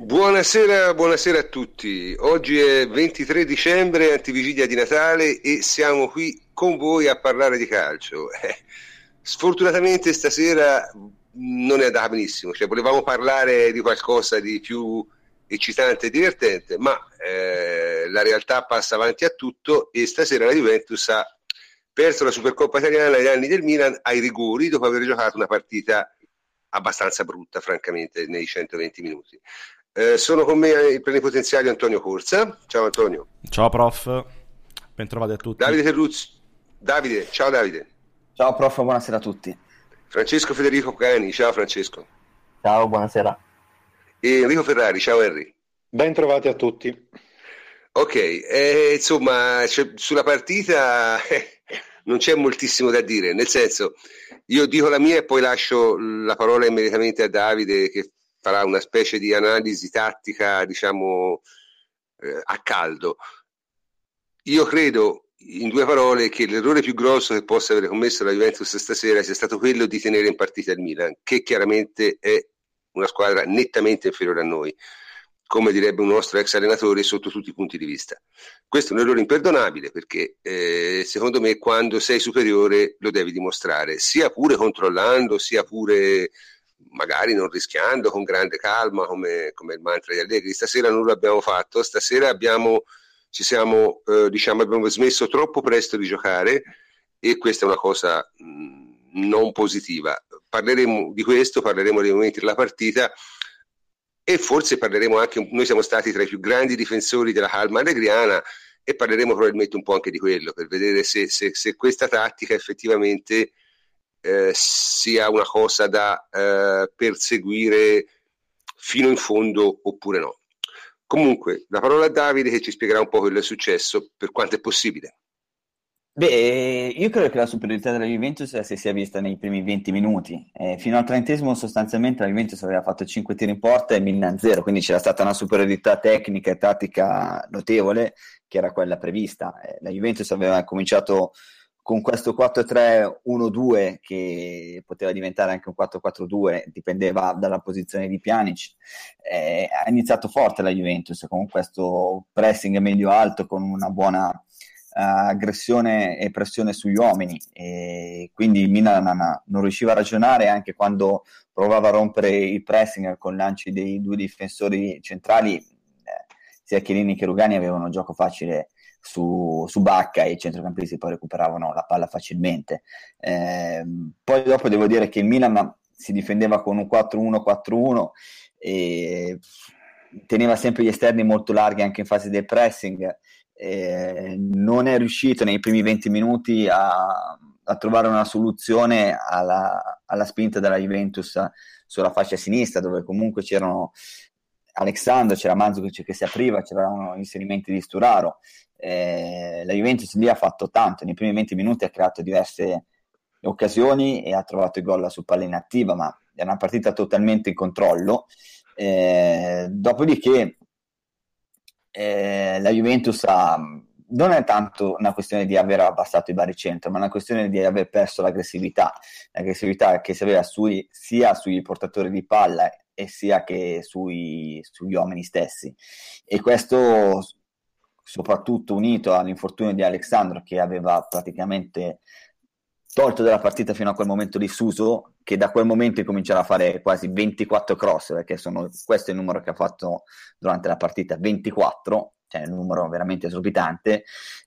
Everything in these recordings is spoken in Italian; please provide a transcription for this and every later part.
Buonasera, buonasera a tutti. Oggi è 23 dicembre, antivigilia di Natale e siamo qui con voi a parlare di calcio. Sfortunatamente stasera non è andata benissimo, cioè volevamo parlare di qualcosa di più eccitante e divertente, ma la realtà passa avanti a tutto e stasera la Juventus ha perso la Supercoppa italiana agli anni del Milan ai rigori dopo aver giocato una partita abbastanza brutta, francamente, nei 120 minuti. Sono con me il plenipotenziario Antonio Corsa. Ciao Antonio. Ciao prof, bentrovati a tutti. Davide Terruzzi. Davide, ciao Davide. Ciao prof, buonasera a tutti. Francesco Federico Cani, ciao Francesco. Ciao, buonasera. E Enrico Ferrari, ciao Henry. Ben trovati a tutti. Ok, insomma, sulla partita non c'è moltissimo da dire, nel senso, io dico la mia e poi lascio la parola immediatamente a Davide che farà una specie di analisi tattica, diciamo, a caldo. Io credo, in due parole, che l'errore più grosso che possa avere commesso la Juventus stasera sia stato quello di tenere in partita il Milan, che chiaramente è una squadra nettamente inferiore a noi, come direbbe un nostro ex allenatore, sotto tutti i punti di vista. Questo è un errore imperdonabile perché secondo me quando sei superiore lo devi dimostrare, sia pure controllando, sia pure magari non rischiando, con grande calma, come il mantra di Allegri. Stasera non lo abbiamo fatto, stasera abbiamo smesso troppo presto di giocare e questa è una cosa non positiva. Parleremo di questo, parleremo dei momenti della partita e forse parleremo anche, noi siamo stati tra i più grandi difensori della calma allegriana e parleremo probabilmente un po' anche di quello, per vedere se questa tattica effettivamente sia una cosa da perseguire fino in fondo oppure no. Comunque, la parola a Davide che ci spiegherà un po' quello che è successo per quanto è possibile. Beh, io credo che la superiorità della Juventus si sia vista nei primi 20 minuti. Fino al 30esimo sostanzialmente la Juventus aveva fatto 5 tiri in porta e Milan 0, quindi c'era stata una superiorità tecnica e tattica notevole che era quella prevista. La Juventus aveva cominciato con questo 4-3-1-2 che poteva diventare anche un 4-4-2, dipendeva dalla posizione di Pjanic. Ha iniziato forte la Juventus con questo pressing medio-alto, con una buona aggressione e pressione sugli uomini, e quindi Milan non riusciva a ragionare anche quando provava a rompere il pressing con lanci dei due difensori centrali. Sia Chiellini che Rugani avevano gioco facile su Bacca e i centrocampisti poi recuperavano la palla facilmente. Poi dopo devo dire che il Milan si difendeva con un 4-1-4-1 e teneva sempre gli esterni molto larghi anche in fase del pressing. Non è riuscito nei primi 20 minuti a trovare una soluzione alla spinta della Juventus sulla fascia sinistra, dove comunque c'erano Alexandro, c'era Mandzukic che si apriva, c'erano inserimenti di Sturaro. La Juventus lì ha fatto tanto, nei primi 20 minuti ha creato diverse occasioni e ha trovato il gol su palla inattiva, ma è una partita totalmente in controllo. Dopodiché la Juventus non è tanto una questione di aver abbassato il baricentro, ma una questione di aver perso l'aggressività che si aveva sia sui portatori di palla e sia che sugli uomini stessi, e questo soprattutto unito all'infortunio di Alexandro, che aveva praticamente tolto dalla partita fino a quel momento di Suso, che da quel momento incominciava a fare quasi 24 cross, perché questo è il numero che ha fatto durante la partita, 24, cioè un numero veramente esorbitante.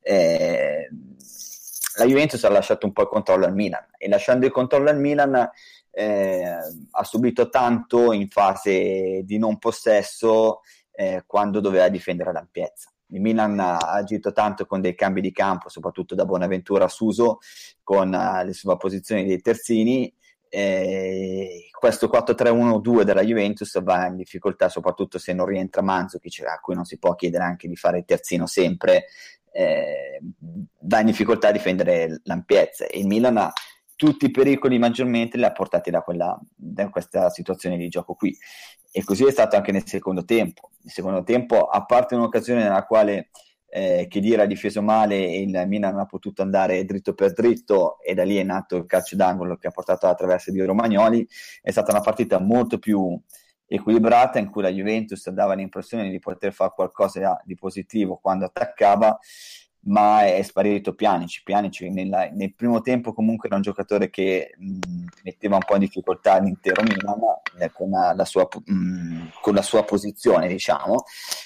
La Juventus ha lasciato un po' il controllo al Milan, e lasciando il controllo al Milan ha subito tanto in fase di non possesso quando doveva difendere l'ampiezza. Il Milan ha agito tanto con dei cambi di campo, soprattutto da Bonaventura a Suso, con le sovrapposizioni dei terzini. Questo 4-3-1-2 della Juventus va in difficoltà soprattutto se non rientra Mandzukic, a cui non si può chiedere anche di fare il terzino sempre, va in difficoltà a difendere l'ampiezza, e il Milan ha tutti i pericoli maggiormente li ha portati da questa situazione di gioco qui, e così è stato anche nel secondo tempo. Nel secondo tempo, a parte un'occasione nella quale Khedira ha difeso male e il Milan non ha potuto andare dritto per dritto, e da lì è nato il calcio d'angolo che ha portato alla traversa di Romagnoli, è stata una partita molto più equilibrata, in cui la Juventus dava l'impressione di poter fare qualcosa di positivo quando attaccava, ma è sparito Pjanic. Pjanic nel primo tempo comunque era un giocatore che metteva un po' in difficoltà l'intero Milan con la sua posizione, diciamo.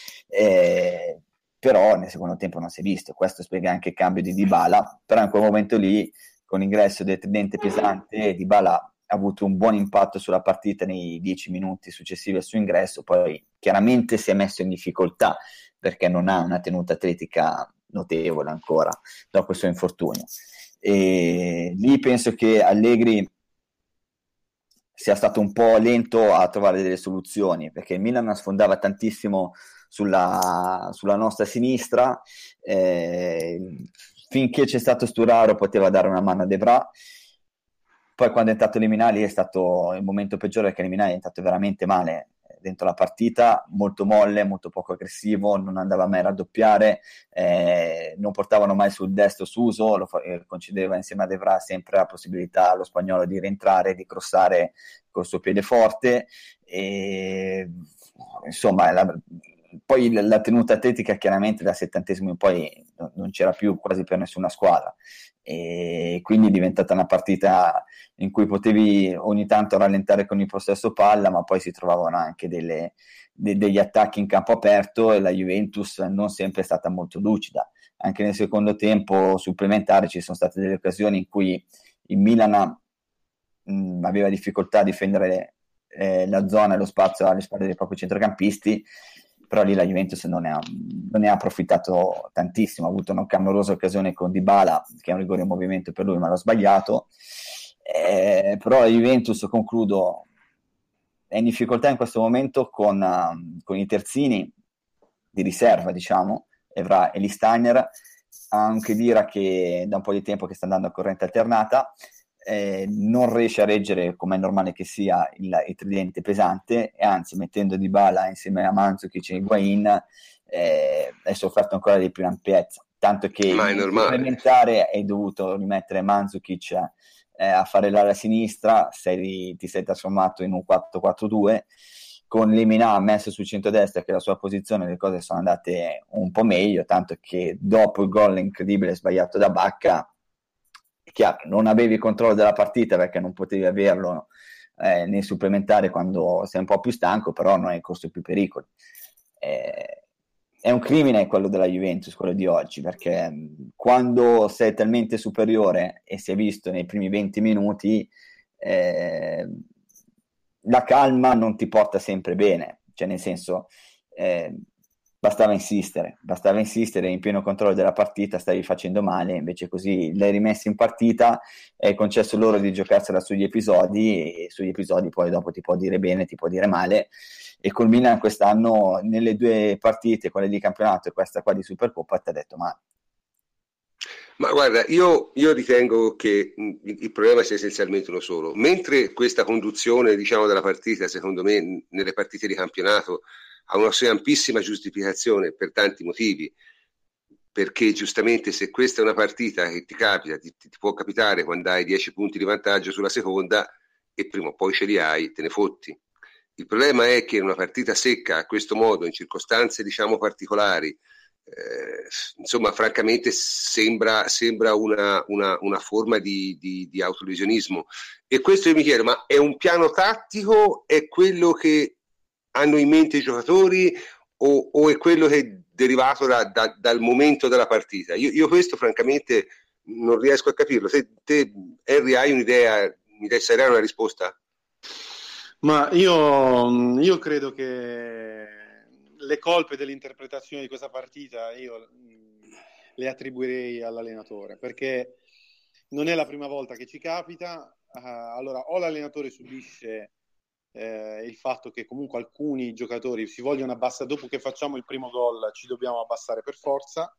Però nel secondo tempo non si è visto. Questo spiega anche il cambio di Dybala, però in quel momento lì, con l'ingresso del tridente pesante, Dybala ha avuto un buon impatto sulla partita nei 10 minuti successivi al suo ingresso. Poi chiaramente si è messo in difficoltà perché non ha una tenuta atletica notevole ancora dopo il suo infortunio, e lì penso che Allegri sia stato un po' lento a trovare delle soluzioni, perché il Milan sfondava tantissimo sulla nostra sinistra, finché c'è stato Sturaro poteva dare una mano a De Vrij. Poi quando è entrato Liminali è stato il momento peggiore, perché Liminali è entrato veramente male dentro la partita, molto molle, molto poco aggressivo, non andava mai a raddoppiare, non portavano mai sul destro Suso, concedeva insieme a De Vrij sempre la possibilità allo spagnolo di rientrare, di crossare col suo piede forte, e insomma poi la tenuta atletica chiaramente dal 70° in poi non c'era più quasi per nessuna squadra, e quindi è diventata una partita in cui potevi ogni tanto rallentare con il possesso palla, ma poi si trovavano anche degli attacchi in campo aperto, e la Juventus non sempre è stata molto lucida. Anche nel secondo tempo supplementare ci sono state delle occasioni in cui il Milan aveva difficoltà a difendere la zona e lo spazio alle spalle dei propri centrocampisti, però lì la Juventus non ne ha approfittato tantissimo. Ha avuto una clamorosa occasione con Dybala, che è un rigore in movimento per lui, ma l'ha sbagliato. Però la Juventus, concludo, è in difficoltà in questo momento con i terzini di riserva, diciamo, Evra e Listeiner. Ha anche Dira, che da un po' di tempo che sta andando a corrente alternata, non riesce a reggere, come è normale che sia, il tridente pesante, e anzi, mettendo Dybala insieme a Mandzukic e Higuain, è sofferto ancora di più l'ampiezza, tanto che in supplementare è dovuto rimettere Mandzukic a fare l'ala sinistra. Ti sei trasformato in un 4-4-2 con Lemina messo sul centro-destra, che è la sua posizione. Le cose sono andate un po' meglio, tanto che dopo il gol incredibile sbagliato da Bacca, è chiaro che non avevi il controllo della partita, perché non potevi averlo nei supplementari quando sei un po' più stanco, però non hai corso più pericoli. È un crimine quello della Juventus, quello di oggi, perché quando sei talmente superiore, e si è visto nei primi 20 minuti, la calma non ti porta sempre bene, cioè nel senso, bastava insistere in pieno controllo della partita, stavi facendo male, invece così l'hai rimessa in partita e hai concesso loro di giocarsela sugli episodi, e sugli episodi poi dopo ti può dire bene, ti può dire male. E col Milan quest'anno, nelle due partite, quelle di campionato e questa qua di Supercoppa, ti ha detto male. Ma guarda, io ritengo che il problema sia essenzialmente uno solo. Mentre questa conduzione, diciamo, della partita, secondo me, nelle partite di campionato, ha una sua ampissima giustificazione per tanti motivi, perché giustamente se questa è una partita che ti capita, ti può capitare quando hai 10 punti di vantaggio sulla seconda, e prima o poi ce li hai, te ne fotti. Il problema è che in una partita secca, a questo modo, in circostanze, diciamo, particolari, insomma, francamente sembra una forma di autolesionismo. E questo io mi chiedo, ma è un piano tattico? È quello che hanno in mente i giocatori, o è quello che è derivato dal momento della partita? Io questo francamente non riesco a capirlo. Te Henry, hai un'idea? Mi dai serena una risposta? Ma io credo che le colpe dell'interpretazione di questa partita io le attribuirei all'allenatore, perché non è la prima volta che ci capita. Allora, o l'allenatore subisce il fatto che comunque alcuni giocatori si vogliono abbassare, dopo che facciamo il primo gol ci dobbiamo abbassare per forza,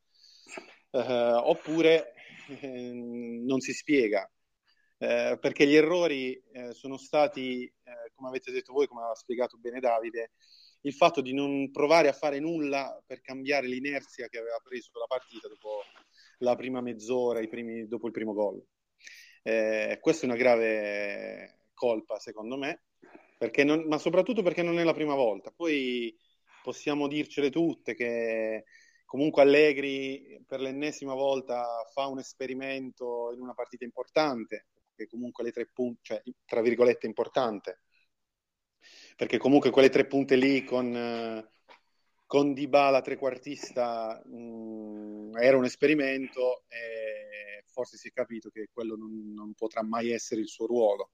oppure non si spiega. Perché gli errori sono stati, come avete detto voi, come aveva spiegato bene Davide, il fatto di non provare a fare nulla per cambiare l'inerzia che aveva preso la partita dopo la prima mezz'ora, dopo il primo gol. Questa è una grave colpa, secondo me, ma soprattutto perché non è la prima volta. Poi possiamo dircele tutte che comunque Allegri per l'ennesima volta fa un esperimento in una partita importante, che comunque le 3 punti, cioè tra virgolette importante, perché comunque quelle 3 punte lì con Dybala trequartista era un esperimento e forse si è capito che quello non potrà mai essere il suo ruolo.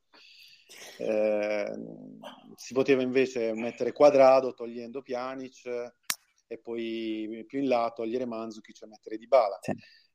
Si poteva invece mettere Quadrado togliendo Pjanic e poi più in là togliere Mandzukic e mettere Dybala. Sì.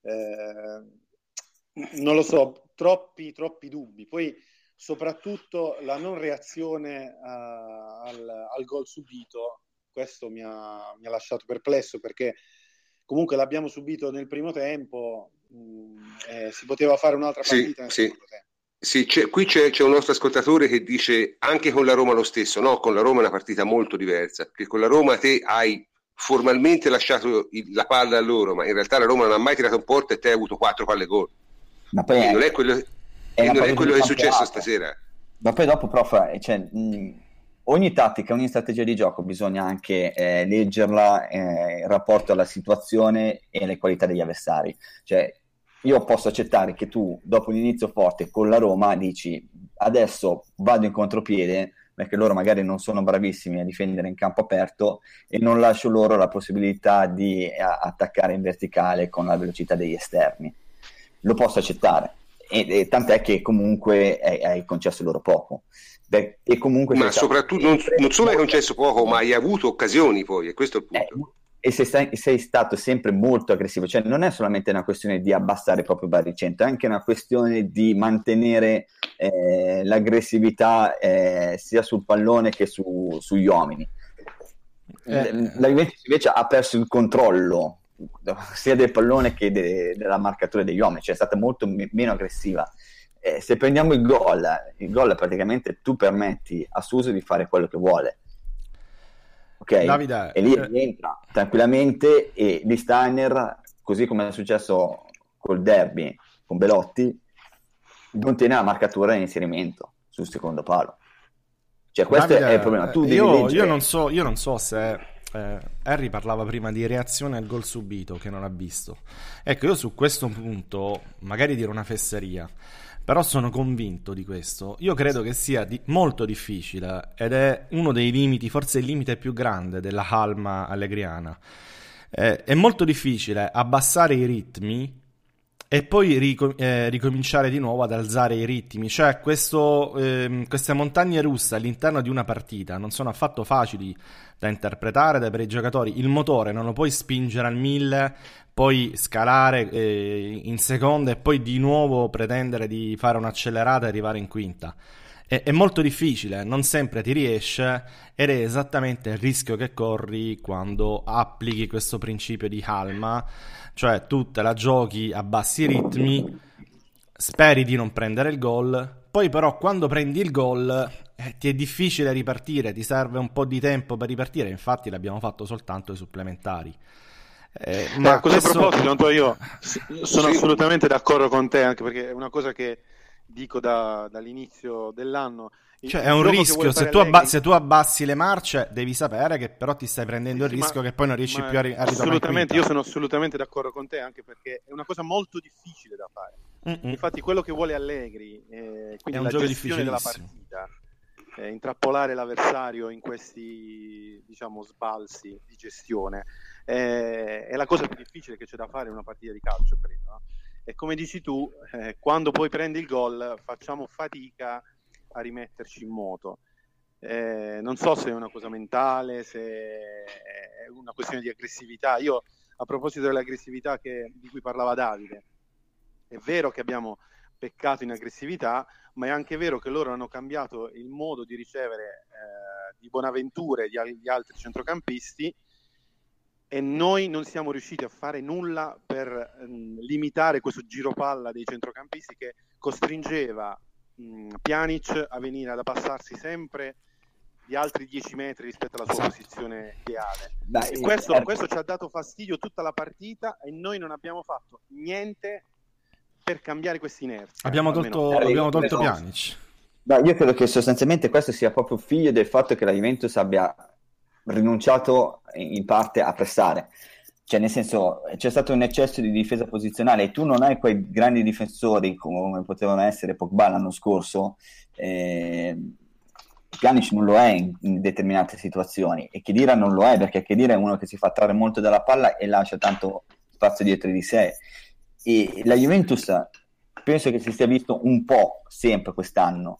Non lo so, troppi dubbi. Poi soprattutto la non reazione al gol subito, questo mi ha lasciato perplesso, perché comunque l'abbiamo subito nel primo tempo, si poteva fare un'altra partita nel secondo tempo. Sì, qui c'è un nostro ascoltatore che dice anche con la Roma lo stesso. No, con la Roma è una partita molto diversa, perché con la Roma te hai formalmente lasciato la palla a loro, ma in realtà la Roma non ha mai tirato in porta e te hai avuto 4 palle gol. Ma poi non è quello che è successo stasera. Ma poi dopo, prof, cioè, ogni tattica, ogni strategia di gioco bisogna anche leggerla in rapporto alla situazione e alle qualità degli avversari. Cioè, io posso accettare che tu, dopo un inizio forte con la Roma, dici adesso vado in contropiede, perché loro magari non sono bravissimi a difendere in campo aperto e non lascio loro la possibilità di attaccare in verticale con la velocità degli esterni. Lo posso accettare, e tant'è che comunque hai concesso loro poco. E comunque ma soprattutto non solo hai concesso poco, ma hai avuto occasioni poi, e questo è il punto. E sei stato sempre molto aggressivo, cioè non è solamente una questione di abbassare il proprio baricentro, è anche una questione di mantenere l'aggressività sia sul pallone che sugli uomini. La Juventus invece ha perso il controllo sia del pallone che della marcatura degli uomini, cioè è stata molto meno aggressiva. Se prendiamo il gol praticamente tu permetti a Suso di fare quello che vuole. Ok, Davide, e lì rientra tranquillamente, e di Steiner, così come è successo col derby con Belotti, non tiene la marcatura in inserimento sul secondo palo. Cioè questo Davide, è il problema. Io non so se Harry parlava prima di reazione al gol subito che non ha visto. Ecco, io su questo punto magari dirò una fesseria, però sono convinto di questo. Io credo che sia molto difficile, ed è uno dei limiti, forse il limite più grande della calma allegriana. È molto difficile abbassare i ritmi e poi ricominciare di nuovo ad alzare i ritmi. Cioè queste montagne russe all'interno di una partita non sono affatto facili da interpretare per i giocatori. Il motore non lo puoi spingere al 1000, poi scalare in seconda e poi di nuovo pretendere di fare un'accelerata e arrivare in quinta. È molto difficile, non sempre ti riesce, ed è esattamente il rischio che corri quando applichi questo principio di calma, cioè tu te la giochi a bassi ritmi, speri di non prendere il gol, poi però quando prendi il gol ti è difficile ripartire, ti serve un po' di tempo per ripartire, infatti l'abbiamo fatto soltanto ai supplementari. Ma a questo proposito, io sono assolutamente d'accordo con te, anche perché è una cosa che dico dall'inizio dell'anno. Cioè è un rischio, se tu abbassi le marce devi sapere che però ti stai prendendo il rischio che poi non riesci più a ritornare. Assolutamente, io sono assolutamente d'accordo con te, anche perché è una cosa molto difficile da fare. Infatti quello che vuole Allegri, quindi la gestione della partita, intrappolare l'avversario in questi, diciamo, sbalzi di gestione, è la cosa più difficile che c'è da fare in una partita di calcio, credo, no? E come dici tu, quando poi prendi il gol facciamo fatica a rimetterci in moto. Non so se è una cosa mentale, se è una questione di aggressività. Io, a proposito dell'aggressività di cui parlava Davide, è vero che abbiamo peccato in aggressività, ma è anche vero che loro hanno cambiato il modo di ricevere di Bonaventura e di altri centrocampisti, e noi non siamo riusciti a fare nulla per limitare questo giropalla dei centrocampisti che costringeva Pjanic a venire ad abbassarsi sempre di altri 10 metri rispetto alla sua posizione ideale. E questo ci ha dato fastidio tutta la partita, e noi non abbiamo fatto niente per cambiare questa inerzia. Abbiamo tolto Pjanic. Ma io credo che sostanzialmente questo sia proprio figlio del fatto che la Juventus abbia rinunciato in parte a pressare. Cioè, nel senso, c'è stato un eccesso di difesa posizionale e tu non hai quei grandi difensori come potevano essere Pogba l'anno scorso. Pjanic non lo è in determinate situazioni e Khedira non lo è, perché Khedira è uno che si fa trarre molto dalla palla e lascia tanto spazio dietro di sé. E la Juventus penso che si sia visto un po' sempre quest'anno,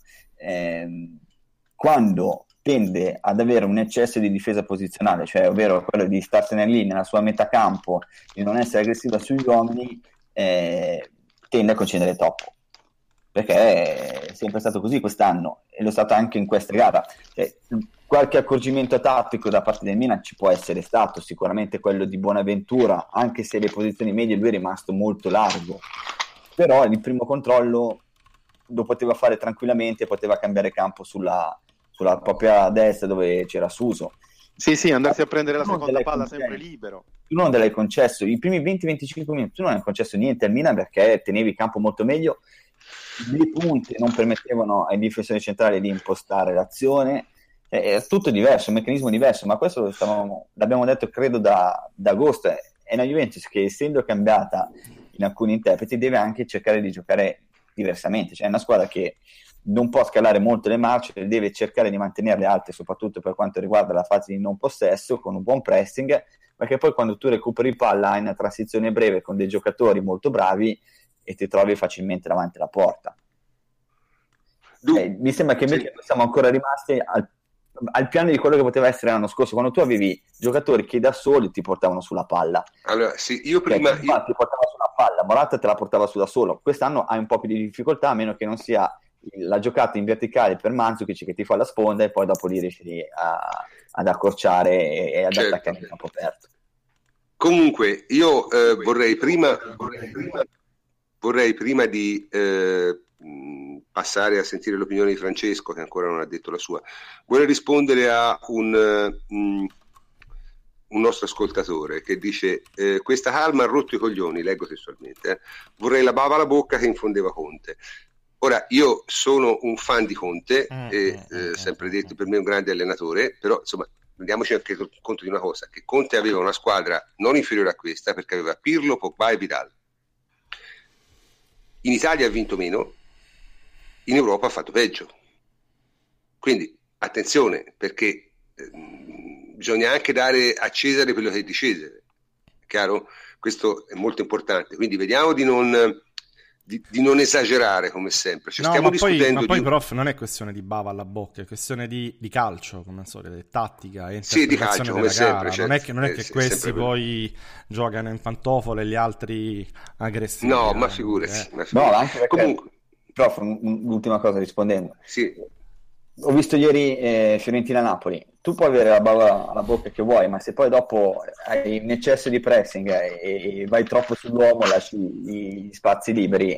quando tende ad avere un eccesso di difesa posizionale, cioè ovvero quello di starsene lì nella sua metà campo, di non essere aggressiva sugli uomini, tende a concedere troppo, perché è sempre stato così quest'anno e lo è stato anche in questa gara. Qualche accorgimento tattico da parte del Milan ci può essere stato, sicuramente quello di Bonaventura, anche se le posizioni medie lui è rimasto molto largo, però il primo controllo lo poteva fare tranquillamente, poteva cambiare campo sulla propria destra dove c'era Suso. Sì, andarsi a prendere la seconda palla sempre libero. Tu non te l'hai concesso, i primi 20-25 minuti tu non hai concesso niente al Milan perché tenevi il campo molto meglio, le punte non permettevano ai difensori centrali di impostare l'azione, è tutto diverso, un meccanismo diverso, ma questo l'abbiamo detto credo da agosto, è una Juventus che essendo cambiata in alcuni interpreti deve anche cercare di giocare diversamente, cioè è una squadra che non può scalare molto le marce, deve cercare di mantenerle alte soprattutto per quanto riguarda la fase di non possesso con un buon pressing, perché poi quando tu recuperi palla hai una transizione breve con dei giocatori molto bravi e ti trovi facilmente davanti alla porta. Mi sembra che invece siamo ancora rimasti al piano di quello che poteva essere l'anno scorso, quando tu avevi giocatori che da soli ti portavano sulla palla. Allora, sì, io prima ti portava sulla palla, Morata te la portava su da solo. Quest'anno hai un po' più di difficoltà, a meno che non sia la giocata in verticale per Mandzukic che ti fa la sponda e poi dopo lì riesci ad accorciare e ad attaccare il campo aperto. Comunque, io vorrei prima di passare a sentire l'opinione di Francesco, che ancora non ha detto la sua, vuole rispondere a un nostro ascoltatore che dice questa calma ha rotto i coglioni, leggo testualmente, vorrei la bava alla bocca che infondeva Conte. Ora, io sono un fan di Conte sempre detto, per me è un grande allenatore, però insomma rendiamoci anche conto di una cosa, che Conte aveva una squadra non inferiore a questa, perché aveva Pirlo, Pogba e Vidal. In Italia ha vinto meno, in Europa ha fatto peggio. Quindi attenzione, perché bisogna anche dare a Cesare quello che è di Cesare, chiaro? Questo è molto importante, quindi vediamo di non esagerare come sempre. Cioè, stiamo discutendo ma poi prof non è questione di bava alla bocca, è questione di calcio, come al solito, di tattica e sì, di calcio come sempre, certo. Non è che questi poi giocano in pantofole e gli altri aggressivi. No, ma figurati. No, anche perché comunque, prof, l'ultima cosa rispondendo. Sì. Ho visto ieri Fiorentina-Napoli. Tu puoi avere la bava alla bocca che vuoi, ma se poi dopo hai un eccesso di pressing e vai troppo sull'uomo, lasci gli spazi liberi,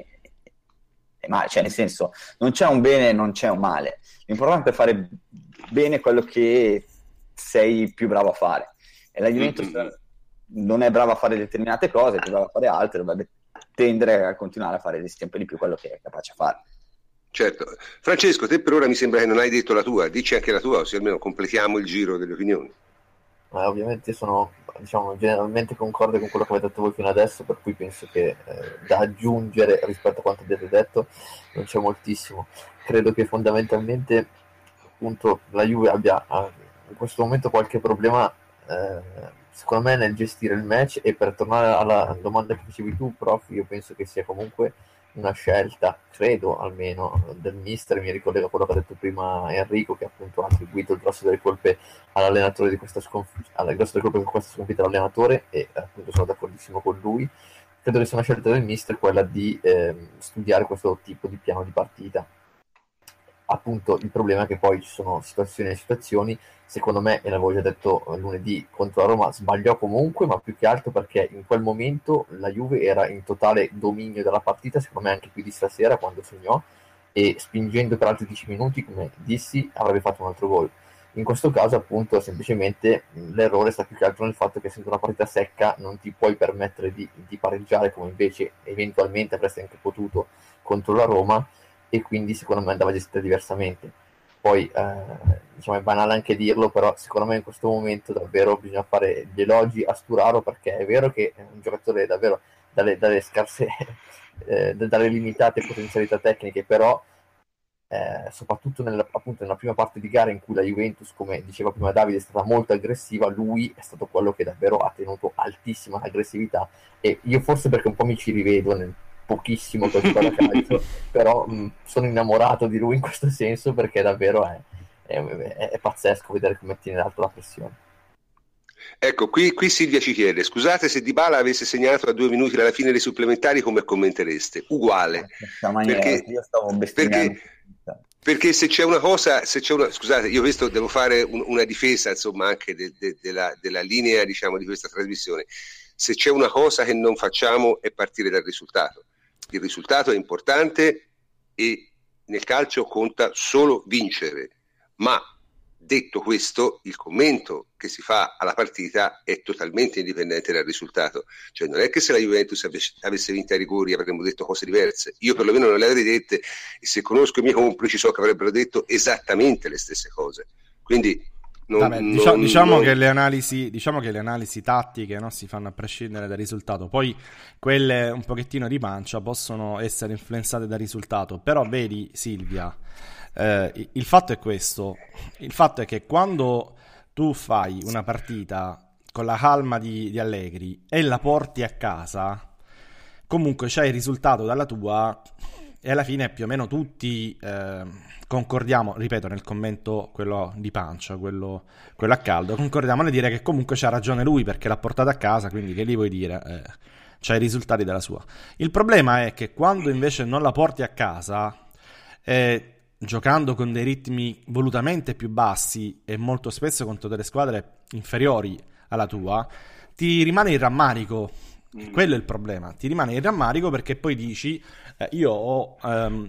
ma cioè nel senso non c'è un bene e non c'è un male. L'importante è fare bene quello che sei più bravo a fare. E la Juventus non è brava a fare determinate cose, è più brava a fare altre, dovrebbe tendere a continuare a fare sempre di più quello che è capace a fare. Certo. Francesco, te per ora mi sembra che non hai detto la tua, dici anche la tua, così almeno completiamo il giro delle opinioni. Ovviamente sono, generalmente concordo con quello che avete detto voi fino adesso, per cui penso che da aggiungere rispetto a quanto avete detto non c'è moltissimo. Credo che fondamentalmente appunto la Juve abbia in questo momento qualche problema secondo me nel gestire il match, e per tornare alla domanda che facevi tu, prof, io penso che sia comunque una scelta, credo almeno, del mister. Mi ricollego a quello che ha detto prima Enrico, che appunto ha attribuito il grosso delle colpe all'allenatore di questa sconfitta, all'allenatore, e appunto sono d'accordissimo con lui. Credo che sia una scelta del mister quella di studiare questo tipo di piano di partita. Appunto il problema è che poi ci sono situazioni e situazioni, secondo me, e l'avevo già detto lunedì contro la Roma, sbagliò comunque, ma più che altro perché in quel momento la Juve era in totale dominio della partita, secondo me anche più di stasera quando segnò, e spingendo per altri 10 minuti, come dissi, avrebbe fatto un altro gol. In questo caso appunto semplicemente l'errore sta più che altro nel fatto che essendo una partita secca non ti puoi permettere di pareggiare, come invece eventualmente avresti anche potuto contro la Roma, e quindi secondo me andava gestita diversamente. Poi diciamo è banale anche dirlo, però secondo me in questo momento davvero bisogna fare gli elogi a Sturaro, perché è vero che è un giocatore davvero dalle scarse dalle limitate potenzialità tecniche, però soprattutto appunto nella prima parte di gara in cui la Juventus, come diceva prima Davide, è stata molto aggressiva, lui è stato quello che davvero ha tenuto altissima l'aggressività, e io forse perché un po' mi ci rivedo nel pochissimo che ho giocato a calcio, però sono innamorato di lui in questo senso, perché davvero è pazzesco vedere come tiene alto la pressione. Ecco, qui Silvia ci chiede: scusate, se Dybala avesse segnato a 2 minuti alla fine dei supplementari, come commentereste? Uguale. Io stavo bestemmiando. Perché se c'è una cosa, scusate, io questo devo fare una difesa, insomma, anche della linea, diciamo, di questa trasmissione. Se c'è una cosa che non facciamo è partire dal risultato. Il risultato è importante e nel calcio conta solo vincere, ma detto questo, il commento che si fa alla partita è totalmente indipendente dal risultato. Cioè non è che se la Juventus avesse vinto ai rigori avremmo detto cose diverse. Io perlomeno non le avrei dette, e se conosco i miei complici so che avrebbero detto esattamente le stesse cose. Quindi diciamo che le analisi tattiche, no, si fanno a prescindere dal risultato. Poi quelle un pochettino di pancia possono essere influenzate dal risultato. Però vedi, Silvia, il fatto è questo: il fatto è che quando tu fai una partita con la calma di Allegri e la porti a casa, comunque c'hai il risultato dalla tua, e alla fine più o meno tutti concordiamo, ripeto, nel commento quello di pancia, quello a caldo, concordiamo nel dire che comunque c'ha ragione lui, perché l'ha portata a casa, quindi che gli vuoi dire? C'ha i risultati della sua. Il problema è che quando invece non la porti a casa, giocando con dei ritmi volutamente più bassi e molto spesso contro delle squadre inferiori alla tua, ti rimane il rammarico. Quello è il problema, ti rimane il rammarico, perché poi dici io ho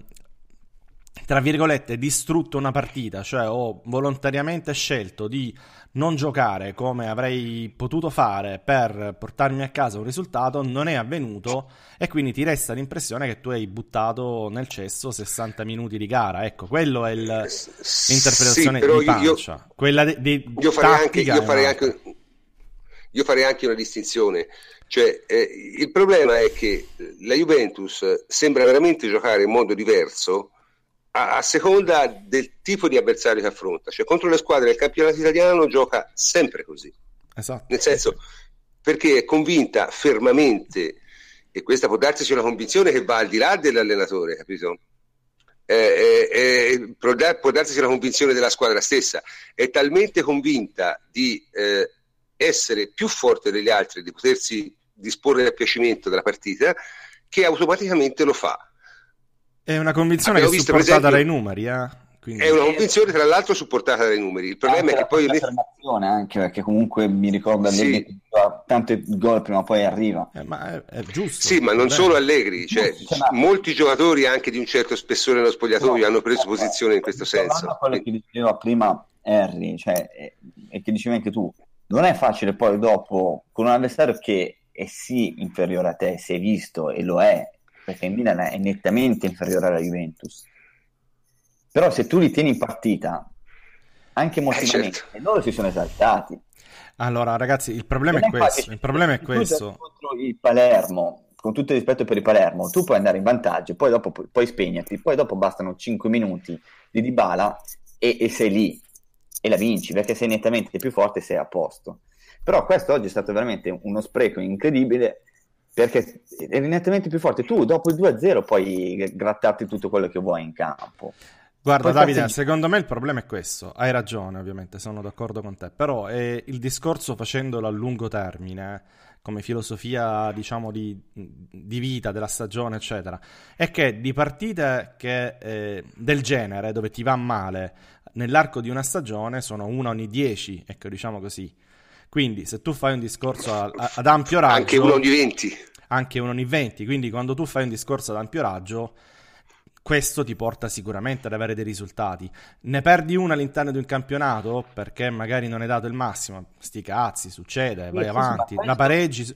tra virgolette distrutto una partita, cioè ho volontariamente scelto di non giocare come avrei potuto fare per portarmi a casa un risultato, non è avvenuto, e quindi ti resta l'impressione che tu hai buttato nel cesso 60 minuti di gara. Ecco, quello è l'interpretazione di pancia. Quella io farei anche una distinzione. Cioè, il problema è che la Juventus sembra veramente giocare in modo diverso a seconda del tipo di avversario che affronta. Cioè, contro le squadre del campionato italiano gioca sempre così. Esatto. Nel senso, perché è convinta fermamente, e questa può darsi una convinzione che va al di là dell'allenatore, capito? Può darsi una convinzione della squadra stessa. È talmente convinta di essere più forte degli altri, di potersi disporre a piacimento della partita, che automaticamente lo fa. È una convinzione che è supportata dai numeri, quindi... È una convinzione tra l'altro supportata dai numeri. Il problema è che poi anche perché comunque mi ricorda Allegri che tanti gol prima o poi arriva. Ma è giusto. Sì, ma non solo Allegri, cioè molti giocatori anche di un certo spessore nello spogliatoio hanno preso posizione in questo senso. Quello che diceva prima Harry, cioè, e che dicevi anche tu, non è facile poi dopo con un avversario che è sì inferiore a te, si è visto e lo è, perché il Milan è nettamente inferiore alla Juventus, però se tu li tieni in partita anche emotivamente, certo, loro si sono esaltati. Allora ragazzi, il problema è questo, contro il Palermo, con tutto il rispetto per il Palermo, tu puoi andare in vantaggio, poi dopo puoi spegnerti, poi dopo bastano 5 minuti di Dybala e sei lì e la vinci, perché sei nettamente più forte e sei a posto. Però questo oggi è stato veramente uno spreco incredibile, perché eri nettamente più forte. Tu dopo il 2-0 puoi grattarti tutto quello che vuoi in campo. Guarda Davide, secondo me il problema è questo. Hai ragione, ovviamente, sono d'accordo con te, però il discorso, facendolo a lungo termine, come filosofia, diciamo, di vita, della stagione, eccetera, è che di partite del genere, dove ti va male nell'arco di una stagione, sono una ogni 10, ecco, diciamo così. Quindi se tu fai un discorso ad ampio raggio, anche uno ogni 20, anche uno ogni 20, quindi quando tu fai un discorso ad ampio raggio, questo ti porta sicuramente ad avere dei risultati. Ne perdi una all'interno di un campionato perché magari non hai dato il massimo, sti cazzi, succede, vai avanti, la pareggi.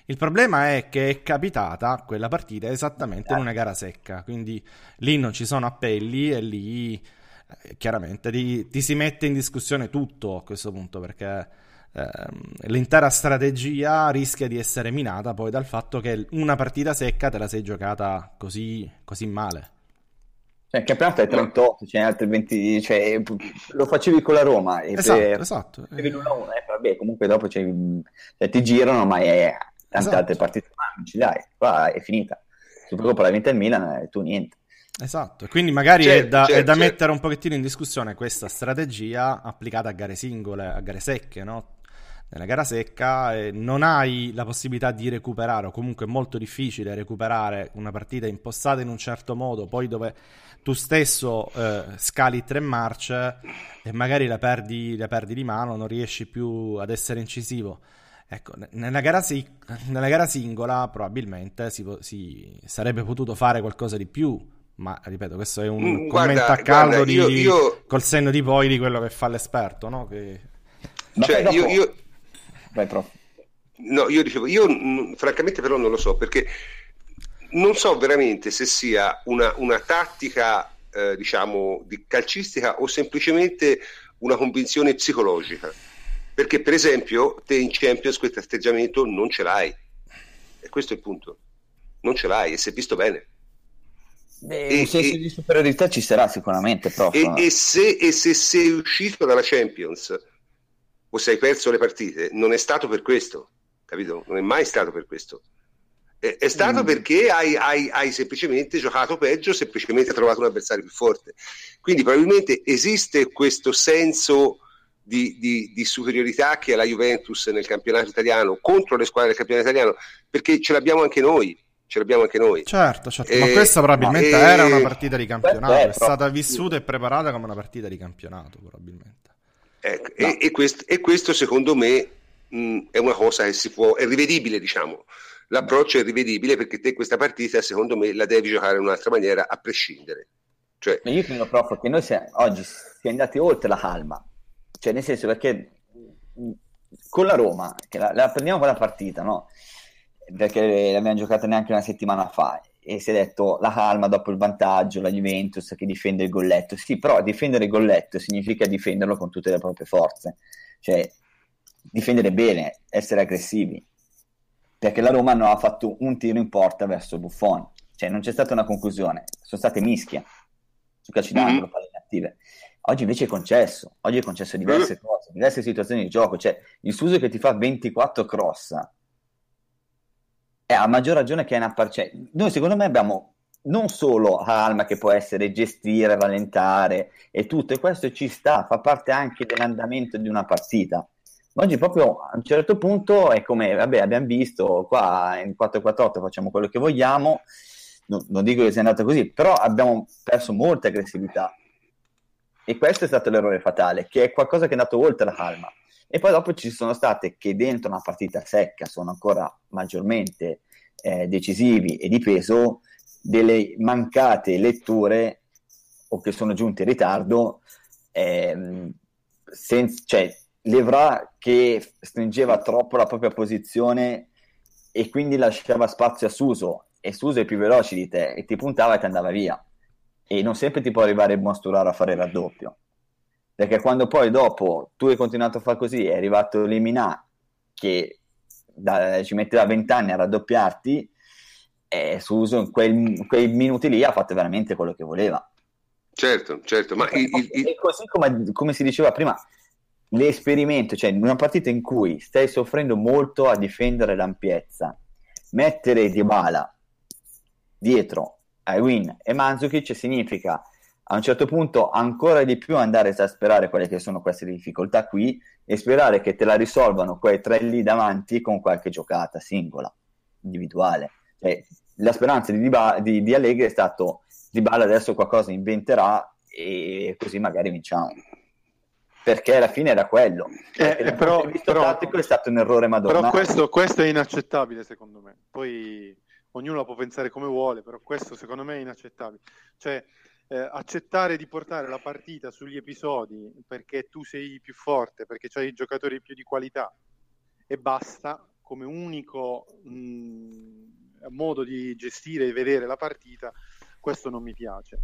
Il problema è che è capitata quella partita esattamente in una gara secca, quindi lì non ci sono appelli e lì chiaramente ti si mette in discussione tutto a questo punto, perché l'intera strategia rischia di essere minata poi dal fatto che una partita secca te la sei giocata così male. Cioè, il campionato è 38, c'è altri 20, cioè, lo facevi con la Roma e Esatto. facevi l'1-1, vabbè, comunque dopo cioè, ti girano, ma tante altre partite non ce le hai, qua è finita. Soprattutto la vinta il Milan e tu niente. Esatto, e quindi magari è da certo. mettere un pochettino in discussione questa strategia applicata a gare singole, a gare secche, no? Nella gara secca non hai la possibilità di recuperare, o comunque è molto difficile recuperare una partita impostata in un certo modo, poi dove tu stesso scali 3 marce e magari la perdi di mano, non riesci più ad essere incisivo. Ecco, nella gara singola probabilmente si sarebbe potuto fare qualcosa di più, ma ripeto, questo è un commento a caldo col senno di poi di quello che fa l'esperto, no? Cioè, Vai, prof. No, io dicevo, francamente però non lo so, perché non so veramente se sia una tattica, diciamo, di calcistica o semplicemente una convinzione psicologica. Perché, per esempio, te in Champions questo atteggiamento non ce l'hai. E questo è il punto. Non ce l'hai, e si è visto bene. Un senso di superiorità ci sarà sicuramente, prof. E se sei uscito dalla Champions o se hai perso le partite, non è stato per questo, capito? Non è mai stato per questo. È stato perché hai semplicemente giocato peggio, semplicemente trovato un avversario più forte. Quindi probabilmente esiste questo senso di superiorità che ha la Juventus nel campionato italiano contro le squadre del campionato italiano, perché ce l'abbiamo anche noi. Certo, ma questa probabilmente era una partita di campionato, è stata vissuta e preparata come una partita di campionato probabilmente. Ecco, no. e questo secondo me è una cosa che è rivedibile, diciamo. L'approccio è rivedibile, perché te questa partita secondo me la devi giocare in un'altra maniera a prescindere. Cioè, io credo, prof, che noi oggi siamo andati oltre la calma, cioè nel senso, perché con la Roma, che la prendiamo quella partita, no? Perché l'abbiamo giocata neanche una settimana fa e si è detto la calma dopo il vantaggio, la Juventus che difende il golletto. Sì, però difendere il golletto significa difenderlo con tutte le proprie forze, cioè difendere bene, essere aggressivi, perché la Roma non ha fatto un tiro in porta verso Buffon, cioè non c'è stata una conclusione, sono state mischie su calci d'angolo, palle inattive. Oggi invece oggi è concesso diverse cose, diverse situazioni di gioco, cioè il Suso che ti fa 24 cross è a maggior ragione che è una cioè, noi secondo me abbiamo non solo calma che può essere gestire, rallentare e tutto, e questo ci sta, fa parte anche dell'andamento di una partita. Ma oggi proprio a un certo punto è come, vabbè, abbiamo visto qua in 4-4-8 facciamo quello che vogliamo, non dico che sia andata così, però abbiamo perso molta aggressività e questo è stato l'errore fatale, che è qualcosa che è andato oltre la calma. E poi dopo ci sono state, che dentro una partita secca sono ancora maggiormente decisivi e di peso, delle mancate letture o che sono giunte in ritardo, cioè l'Evra che stringeva troppo la propria posizione e quindi lasciava spazio a Suso, e Suso è più veloce di te e ti puntava e ti andava via, e non sempre ti può arrivare il Mosturaro a fare il raddoppio, perché quando poi dopo tu hai continuato a fare così, è arrivato Lemina che ci metteva 20 anni a raddoppiarti, e Suso in quei minuti lì ha fatto veramente quello che voleva. Certo, ma e così come si diceva prima, l'esperimento, cioè in una partita in cui stai soffrendo molto a difendere l'ampiezza, mettere Dybala dietro Aewin e Mandzukic significa a un certo punto ancora di più andare a esasperare quelle che sono queste difficoltà qui e sperare che te la risolvano quei tre lì davanti con qualche giocata singola, individuale. La speranza di Allegri è stato Dybala adesso qualcosa inventerà e così magari vinciamo, perché alla fine era quello. Però tattico è stato un errore madornale. Però questo è inaccettabile secondo me, poi ognuno la può pensare come vuole, però questo secondo me è inaccettabile, cioè accettare di portare la partita sugli episodi perché tu sei più forte, perché c'hai i giocatori più di qualità e basta, come unico modo di gestire e vedere la partita, questo non mi piace.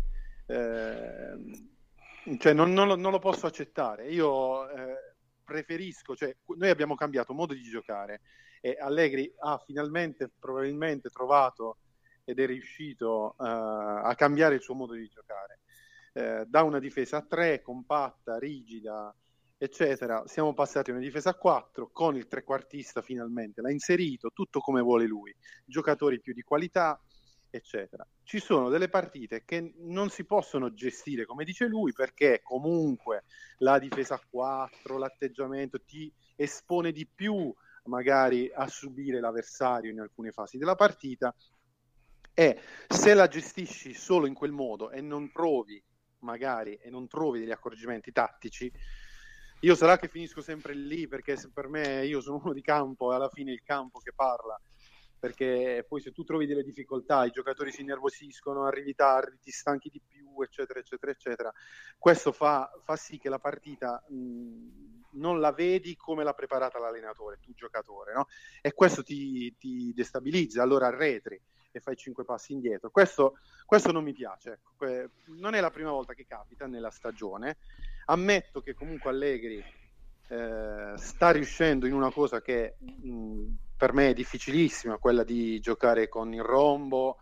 Cioè non lo posso accettare. Io preferisco, cioè noi abbiamo cambiato modo di giocare e Allegri ha finalmente probabilmente trovato ed è riuscito a cambiare il suo modo di giocare. Da una difesa a 3 compatta, rigida, eccetera, siamo passati a una difesa a 4 con il trequartista, finalmente l'ha inserito tutto come vuole lui, giocatori più di qualità, eccetera. Ci sono delle partite che non si possono gestire come dice lui, perché comunque la difesa a 4, l'atteggiamento ti espone di più magari a subire l'avversario in alcune fasi della partita, e se la gestisci solo in quel modo e non trovi degli accorgimenti tattici, io sarà che finisco sempre lì, perché per me, io sono uno di campo e alla fine il campo che parla, perché poi se tu trovi delle difficoltà, i giocatori si innervosiscono, arrivi tardi, ti stanchi di più, eccetera, eccetera, eccetera. Questo fa sì che la partita non la vedi come l'ha preparata l'allenatore, tu giocatore, no? E questo ti destabilizza, allora arretri e fai 5 passi indietro. Questo non mi piace. Ecco. Non è la prima volta che capita nella stagione. Ammetto che comunque Allegri sta riuscendo in una cosa che per me è difficilissima, quella di giocare con il rombo,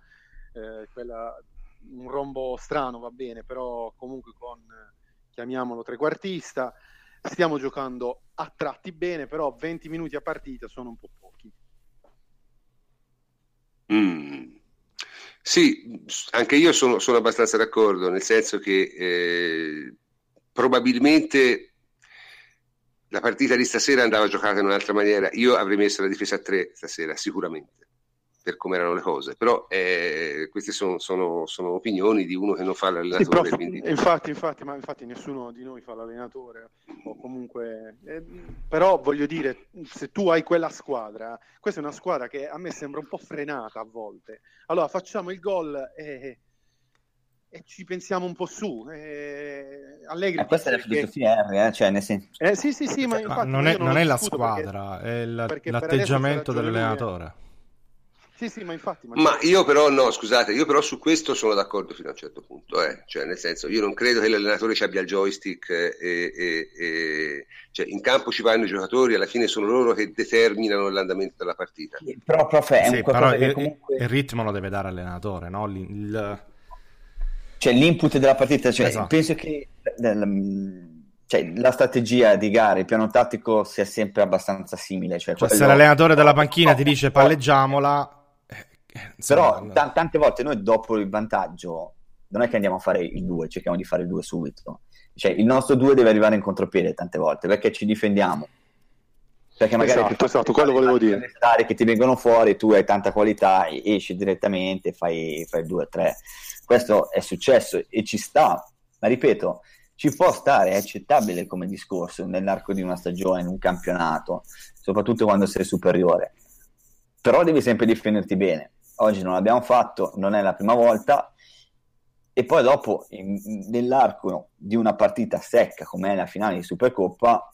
un rombo strano va bene, però comunque con, chiamiamolo trequartista, stiamo giocando a tratti bene, però 20 minuti a partita sono un po' pochi. Sì, anche io sono abbastanza d'accordo, nel senso che probabilmente la partita di stasera andava giocata in un'altra maniera. Io avrei messo la difesa a 3 stasera, sicuramente, per come erano le cose, però queste sono opinioni di uno che non fa l'allenatore. Sì, quindi... infatti nessuno di noi fa l'allenatore, o comunque però voglio dire, se tu hai quella squadra, questa è una squadra che a me sembra un po' frenata a volte, allora facciamo il gol e ci pensiamo un po' su. Allegri questa è la filosofia, cioè nel senso... sì, ma infatti non è la squadra, è l'atteggiamento dell'allenatore. Sì, ma infatti. Ma io però no, scusate, io però su questo sono d'accordo fino a un certo punto, cioè nel senso, io non credo che l'allenatore ci abbia il joystick cioè in campo ci vanno i giocatori, alla fine sono loro che determinano l'andamento della partita. Però prof, è un qualcosa che comunque... il ritmo lo deve dare l'allenatore, no? Cioè l'input della partita, cioè esatto. Penso che la strategia di gara, il piano tattico sia sempre abbastanza simile. Cioè se l'allenatore della panchina ti dice palleggiamola... Però tante volte noi dopo il vantaggio non è che andiamo a fare il 2, cerchiamo di fare il 2 subito, cioè il nostro 2 deve arrivare in contropiede tante volte perché ci difendiamo, perché magari esatto, quello volevo dire, che ti vengono fuori, tu hai tanta qualità, esci direttamente, fai il 2-3. Questo è successo e ci sta, ma ripeto, ci può stare, è accettabile come discorso nell'arco di una stagione, in un campionato, soprattutto quando sei superiore, però devi sempre difenderti bene. Oggi non l'abbiamo fatto, non è la prima volta, e poi dopo nell'arco di una partita secca come è la finale di Supercoppa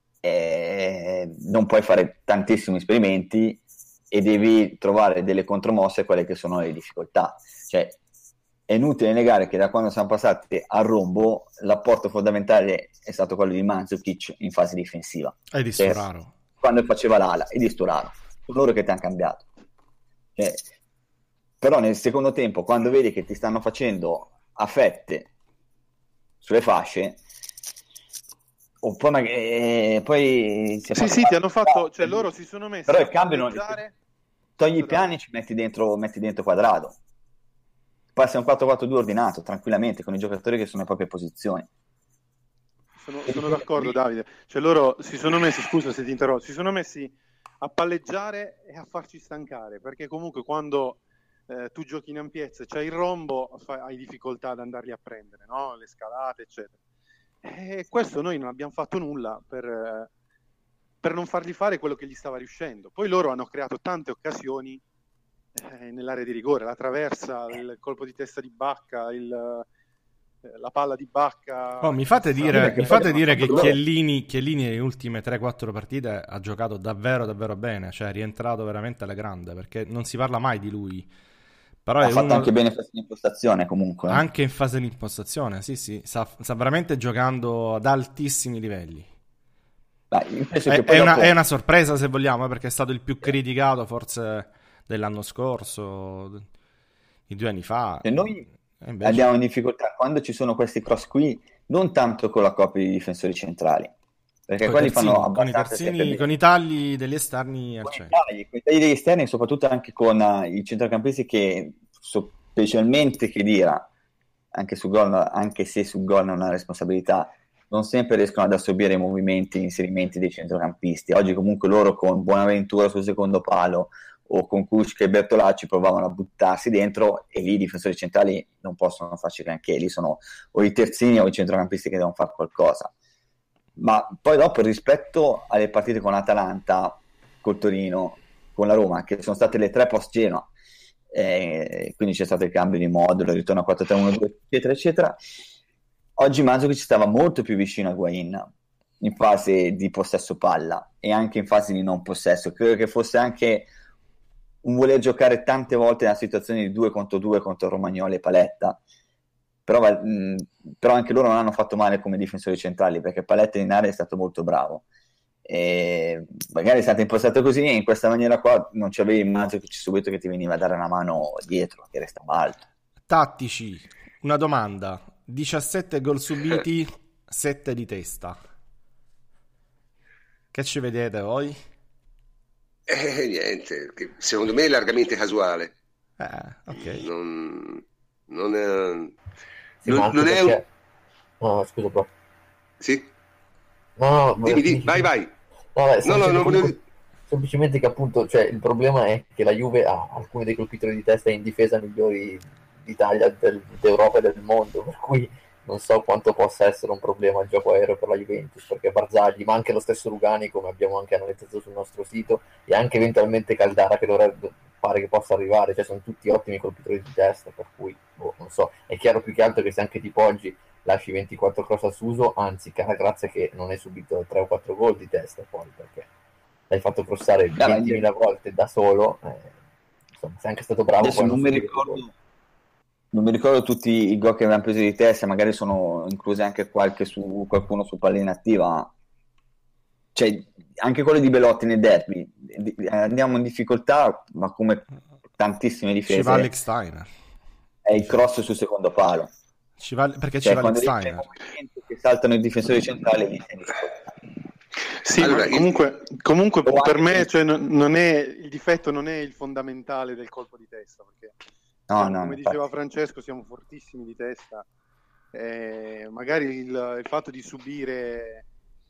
non puoi fare tantissimi esperimenti e devi trovare delle contromosse a quelle che sono le difficoltà. Cioè è inutile negare che da quando siamo passati al rombo l'apporto fondamentale è stato quello di Mandzukic in fase difensiva e di Sturaro quando faceva l'ala, e di Sturaro, sono loro che ti hanno cambiato. Però nel secondo tempo, quando vedi che ti stanno facendo a fette sulle fasce, o poi sì, ti hanno fatto, cioè loro si sono messi, però il cambio togli i piani e ci metti dentro Quadrado, passi a un 4-4-2 ordinato tranquillamente con i giocatori che sono nelle proprie posizioni. Sono d'accordo, Davide, cioè loro si sono messi, scusa se ti interrompo, si sono messi a palleggiare e a farci stancare, perché comunque quando tu giochi in ampiezza, c'hai il rombo, hai difficoltà ad andarli a prendere, no? Le scalate, eccetera. E questo noi non abbiamo fatto nulla per non fargli fare quello che gli stava riuscendo. Poi loro hanno creato tante occasioni nell'area di rigore, la traversa, il colpo di testa di Bacca, la palla di Bacca. Mi fate dire che Chiellini nelle ultime 3-4 partite ha giocato davvero davvero bene, cioè è rientrato veramente alla grande, perché non si parla mai di lui. Però ha fatto anche bene in fase di impostazione comunque. Anche in fase di impostazione, sì, sta veramente giocando ad altissimi livelli. È una sorpresa, se vogliamo, perché è stato il più criticato forse dell'anno scorso, di 2 anni fa. E noi andiamo in difficoltà quando ci sono questi cross qui, non tanto con la coppia di difensori centrali, perché quelli fanno abbastanza con i tagli degli esterni al centro. Con i tagli degli esterni, soprattutto anche con i centrocampisti che specialmente Khedira, anche se sul gol non ha responsabilità, non sempre riescono ad assorbire i movimenti e inserimenti dei centrocampisti. Oggi comunque loro con Bonaventura sul secondo palo o con Kuška e Bertolacci provavano a buttarsi dentro, e lì i difensori centrali non possono farci neanche, lì sono o i terzini o i centrocampisti che devono fare qualcosa. Ma poi dopo, rispetto alle partite con Atalanta, col Torino, con la Roma, che sono state le 3 post Genoa, quindi c'è stato il cambio di modulo, il ritorno a 4-3-1-2, eccetera eccetera, oggi Mandzukic stava molto più vicino a Higuain in fase di possesso palla e anche in fase di non possesso. Credo che fosse anche un voler giocare tante volte nella situazione di 2 contro 2 contro Romagnoli e Paletta, però anche loro non hanno fatto male come difensori centrali, perché Paletta in area è stato molto bravo, e magari è stato impostato così, e in questa maniera qua non c'avevi Mandzukic subito che ti veniva a dare una mano dietro, che restava alto. Tattici, una domanda: 17 gol subiti, 7 di testa, che ci vedete voi? Niente, secondo me è largamente casuale. Ok. Non è un... No, scusa, bro. Sì? No, dimmi, vai. No, semplicemente che appunto, cioè, il problema è che la Juve ha alcuni dei colpitori di testa in difesa migliori d'Italia, d'Europa e del mondo, per cui non so quanto possa essere un problema il gioco aereo per la Juventus, perché Barzagli, ma anche lo stesso Rugani, come abbiamo anche analizzato sul nostro sito, e anche eventualmente Caldara, che dovrebbe pare che possa arrivare, cioè sono tutti ottimi colpitori di testa, per cui non so, è chiaro più che altro che se anche tipo oggi lasci 24 cross a Suso, anzi cara grazia che non hai subito 3 o 4 gol di testa poi, perché l'hai fatto crossare 20.000 volte da solo, insomma, sei anche stato bravo. Adesso non mi ricordo tutti i gol che avevano preso di testa, magari sono incluse anche qualcuno su palla inattiva, cioè anche quello di Belotti nel derby, andiamo in difficoltà, ma come tantissime difese ci va Alex Steiner, è il cross sul secondo palo, perché ci va Alex Steiner, che saltano i difensori centrali lì. Sì, allora, comunque per me, cioè, non è il difetto, non è il fondamentale del colpo di testa, perché come diceva Francesco, siamo fortissimi di testa, magari il fatto di subire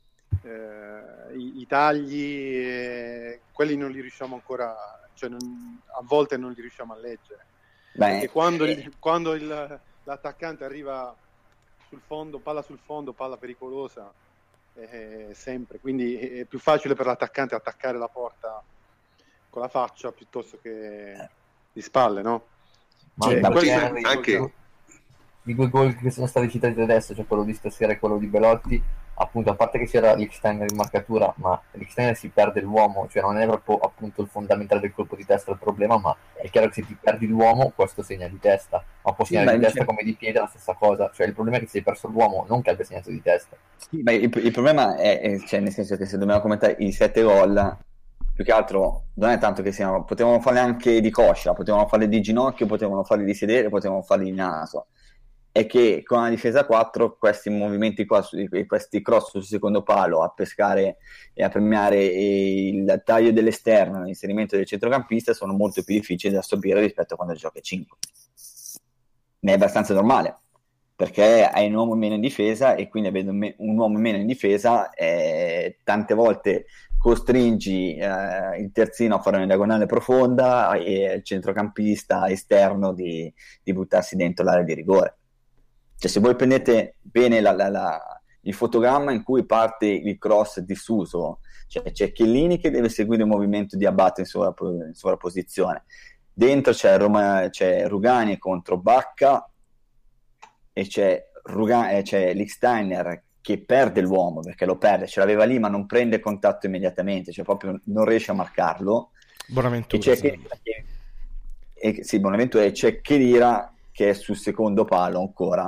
i tagli, quelli non li riusciamo ancora, cioè a volte non li riusciamo a leggere. Perché quando l'attaccante arriva sul fondo, palla pericolosa, sempre, quindi è più facile per l'attaccante attaccare la porta con la faccia piuttosto che di spalle, no? Ma anche di 2 gol che sono stati citati adesso, cioè quello di stasera e quello di Belotti, appunto, a parte che c'era Lichtsteiner in marcatura, ma Lichtsteiner si perde l'uomo, cioè non è proprio appunto il fondamentale del colpo di testa il problema, ma è chiaro che se ti perdi l'uomo questo segna di testa, ma può segnare di testa come di piede, la stessa cosa, cioè il problema è che se hai perso l'uomo, non che abbia segnato di testa. Sì, ma il problema è cioè, nel senso che se dobbiamo commentare i 7 gol, più che altro non è tanto che potevano farli anche di coscia, potevano farli di ginocchio, potevano farli di sedere, potevano farli di naso. È che con la difesa 4 questi movimenti qua, questi cross sul secondo palo a pescare e a premiare il taglio dell'esterno, l'inserimento del centrocampista sono molto più difficili da assorbire rispetto a quando giochi a 5. Ne è abbastanza normale, perché hai un uomo meno in difesa, e quindi avendo un uomo meno in difesa tante volte costringi il terzino a fare una diagonale profonda e il centrocampista esterno di buttarsi dentro l'area di rigore. Cioè, se voi prendete bene il fotogramma in cui parte il cross diffuso, cioè c'è Chiellini che deve seguire il movimento di Abate in sovrapposizione, dentro c'è Rugani contro Bacca e c'è c'è Lichtsteiner che perde l'uomo, perché lo perde, ce l'aveva lì ma non prende contatto immediatamente, cioè proprio non riesce a marcarlo. Bonaventura, sì, Bonaventura, e c'è Khedira che è sul secondo palo ancora.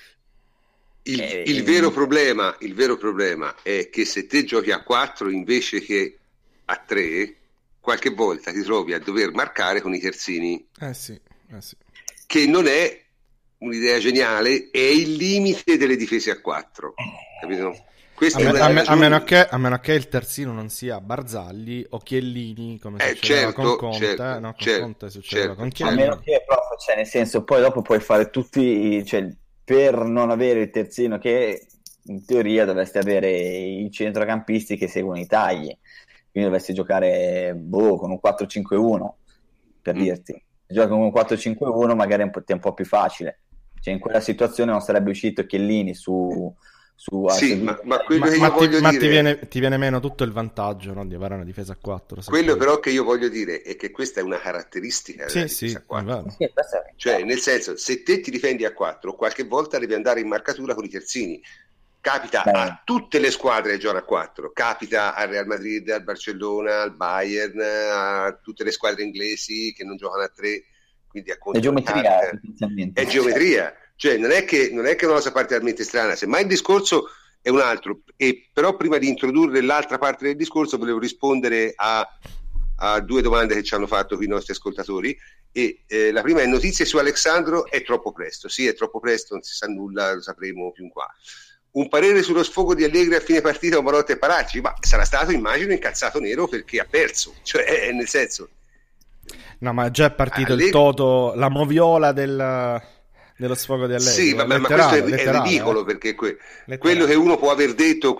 Il vero problema è che se te giochi a 4 invece che a 3, qualche volta ti trovi a dover marcare con i terzini. Sì. Che non è un'idea geniale, è il limite delle difese a 4, capito? A meno che il terzino non sia Barzagli o Chiellini, come succedeva con Conte, Conte succedeva con Chiellini. A meno che, però, cioè, nel senso, poi dopo puoi fare tutti, cioè, per non avere il terzino, che in teoria dovresti avere i centrocampisti che seguono i tagli, quindi dovresti giocare con un 4-5-1, per dirti. Se giochi con un 4-5-1 magari è un po' più facile, cioè in quella situazione non sarebbe uscito Chiellini sì, ma quello che io voglio dire, ti viene meno tutto il vantaggio, no, di avere una difesa a 4. Quello però che io voglio dire è che questa è una caratteristica della difesa a 4. Cioè, nel senso, se te ti difendi a 4, qualche volta devi andare in marcatura con i terzini. Capita a tutte le squadre che giocano a 4, capita al Real Madrid, al Barcellona, al Bayern, a tutte le squadre inglesi che non giocano a 3, quindi a conto è geometria. Cioè non è che è una cosa particolarmente strana, semmai il discorso è un altro. E però prima di introdurre l'altra parte del discorso volevo rispondere a 2 domande che ci hanno fatto qui i nostri ascoltatori, e la prima è: notizie su Alexandro, è troppo presto. Sì, è troppo presto, non si sa nulla, lo sapremo più in qua. Un parere sullo sfogo di Allegri a fine partita con Marotta e Paratici? Ma sarà stato, immagino, incazzato nero perché ha perso, cioè nel senso, no, ma già è partito il toto, la moviola dello sfogo di Allegri. Sì, vabbè, ma questo è ridicolo, perché quello che uno può aver detto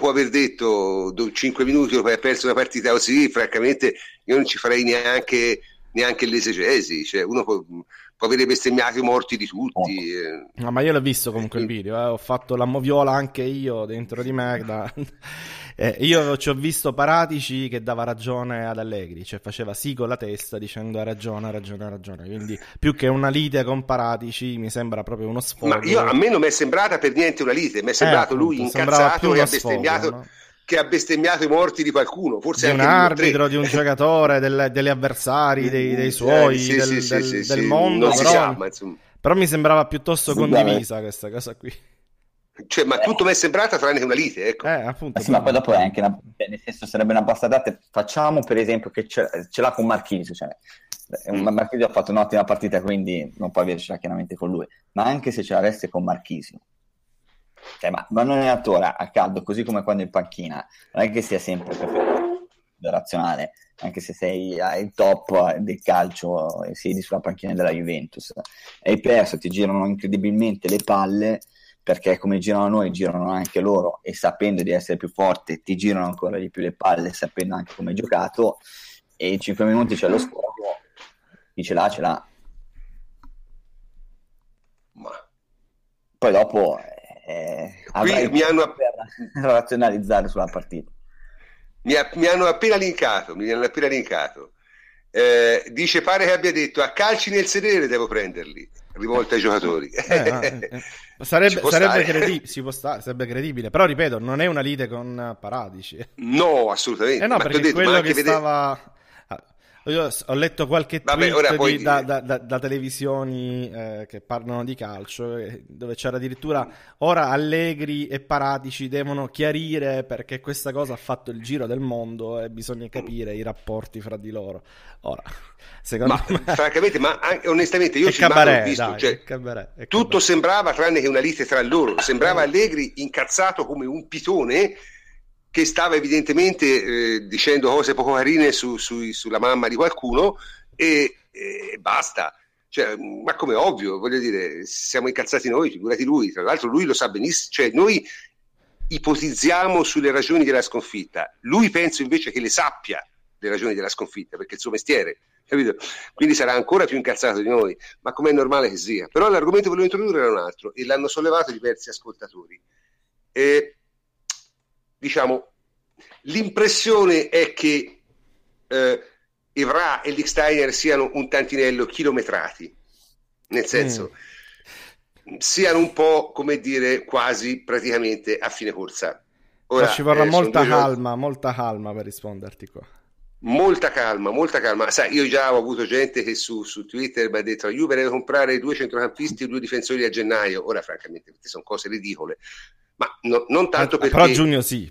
5 minuti dopo aver perso una partita così, francamente io non ci farei neanche l'esegesi, cioè uno può avere bestemmiato i morti di tutti. No, ma io l'ho visto comunque il video, ho fatto la moviola anche io dentro di me. Io ci ho visto Paratici che dava ragione ad Allegri, cioè faceva sì con la testa dicendo ha ragione, quindi più che una lite con Paratici mi sembra proprio uno sfogo. Ma a me non mi è sembrata per niente una lite, mi è sembrato lui incazzato che ha bestemmiato i morti di qualcuno, forse di anche un arbitro, di un giocatore, degli avversari, dei suoi, del mondo, non però, si sa, ma insomma. Però mi sembrava piuttosto condivisa questa cosa qui. Cioè, ma tutto mi è sembrata tranne che una lite, ecco. Appunto. Sì, ma poi dopo è anche nel senso, sarebbe una bastardata. Facciamo per esempio che ce l'ha con Marchisio, cioè Marchisio ha fatto un'ottima partita, quindi non può avercela chiaramente con lui, ma anche se ce l'avesse con Marchisio, cioè, ma non è attore a caldo, così come quando in panchina, non è che sia sempre razionale, anche se sei ai top del calcio e siedi sulla panchina della Juventus, hai perso, ti girano incredibilmente le palle, perché come girano noi girano anche loro, e sapendo di essere più forte ti girano ancora di più le palle, sapendo anche come hai giocato, e in 5 minuti c'è lo sfogo, chi ce l'ha. Ma poi dopo mi hanno per razionalizzare sulla partita. Mi hanno appena linkato. Dice, pare che abbia detto: a calci nel sedere devo prenderli, rivolta ai giocatori. Sarebbe credibile, però ripeto, non è una lite con Paratici. No, assolutamente. No, perché quello che stava... Io ho letto qualche tweet da televisioni che parlano di calcio, dove c'era addirittura ora Allegri e Paratici devono chiarire perché questa cosa ha fatto il giro del mondo e bisogna capire i rapporti fra di loro. Ora, secondo me, francamente, ma anche, onestamente, io l'ho visto, dai, cioè, tutto sembrava tranne che una lite tra loro. Sembrava Allegri incazzato come un pitone che stava evidentemente dicendo cose poco carine sulla mamma di qualcuno e basta. Cioè, ma come ovvio, voglio dire, siamo incazzati noi, figurati lui. Tra l'altro lui lo sa benissimo, cioè noi ipotizziamo sulle ragioni della sconfitta, lui penso invece che le sappia le ragioni della sconfitta, perché è il suo mestiere, capito? Quindi sarà ancora più incazzato di noi, ma com'è normale che sia. Però l'argomento che volevo introdurre era un altro e l'hanno sollevato diversi ascoltatori. Diciamo, l'impressione è che Evra e Lichtsteiner siano un tantinello chilometrati, nel senso siano un po', come dire, quasi praticamente a fine corsa. Ora, ci vorrà molta calma per risponderti qua. Molta calma. Sai, io già ho avuto gente che su Twitter mi ha detto: la Juve deve comprare 2 centrocampisti e 2 difensori a gennaio. Ora, francamente, queste sono cose ridicole. Ma non tanto perché... Però a giugno sì.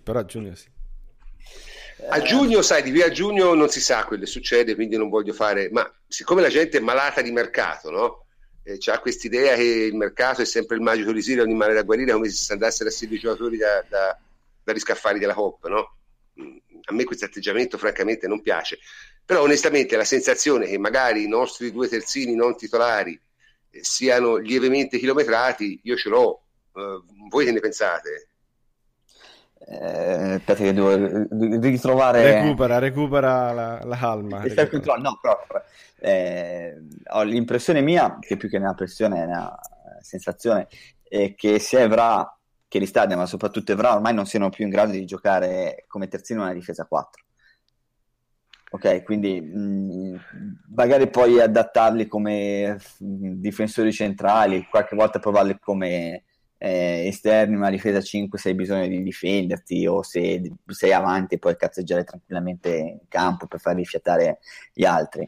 A giugno, sai, di qui a giugno non si sa quello che succede, quindi non voglio fare... Ma siccome la gente è malata di mercato, no? C'ha quest'idea che il mercato è sempre il magico elisir, ogni male da guarire, come se si andassero a 16 giocatori da riscaffari della Coppa, no? A me questo atteggiamento francamente non piace, però onestamente la sensazione che magari i nostri 2 terzini non titolari siano lievemente chilometrati, io ce l'ho. Voi che ne pensate? Aspetta che devo ritrovare... Recupera la calma. No, però ho l'impressione mia, che più che una pressione è una sensazione, è che sia Evra che Ristadia, ma soprattutto Evra, ormai non siano più in grado di giocare come terzino nella difesa 4. Ok, quindi magari poi adattarli come difensori centrali, qualche volta provarli come esterni, ma difesa 5 se hai bisogno di difenderti, o se sei avanti e puoi cazzeggiare tranquillamente in campo per far rifiatare gli altri.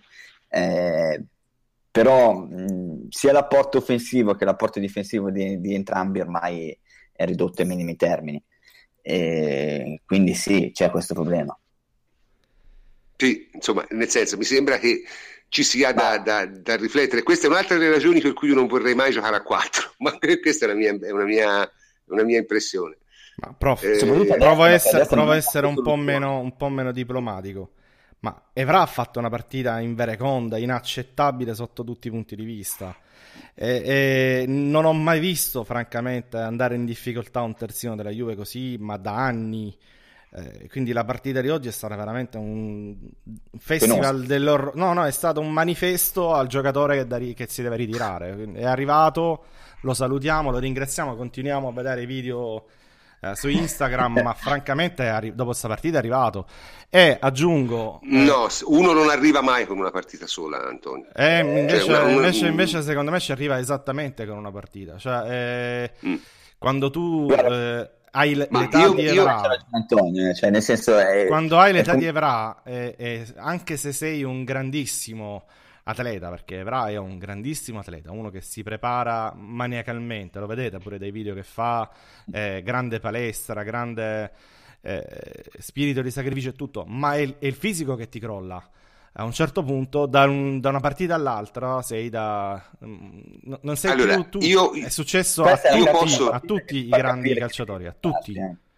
Però sia l'apporto offensivo che l'apporto difensivo di entrambi ormai è ridotto ai minimi termini, quindi sì, c'è questo problema. Sì, insomma, nel senso, mi sembra che ci sia da riflettere. Questa è un'altra delle ragioni per cui io non vorrei mai giocare a 4, ma questa è una mia impressione. Ma provo a essere un po' meno diplomatico. Ma Evra ha fatto una partita invereconda, inaccettabile sotto tutti i punti di vista. E non ho mai visto, francamente, andare in difficoltà un terzino della Juve così, ma da anni. Quindi la partita di oggi è stata veramente un festival dell'orrore. No, è stato un manifesto al giocatore che si deve ritirare. È arrivato, lo salutiamo, lo ringraziamo, continuiamo a vedere i video su Instagram, ma francamente dopo questa partita è arrivato. E aggiungo... No, uno non arriva mai con una partita sola, Antonio. Invece secondo me ci arriva esattamente con una partita. Cioè, quando tu... hai l'età di Evra, Antonio, cioè nel senso quando hai l'età di Evra, anche se sei un grandissimo atleta, perché Evra è un grandissimo atleta, uno che si prepara maniacalmente, lo vedete pure dai video che fa, grande palestra, grande spirito di sacrificio e tutto, ma è il fisico che ti crolla. A un certo punto, da una partita all'altra, sei non sei più tu. È successo a tutti i grandi calciatori, a tutti.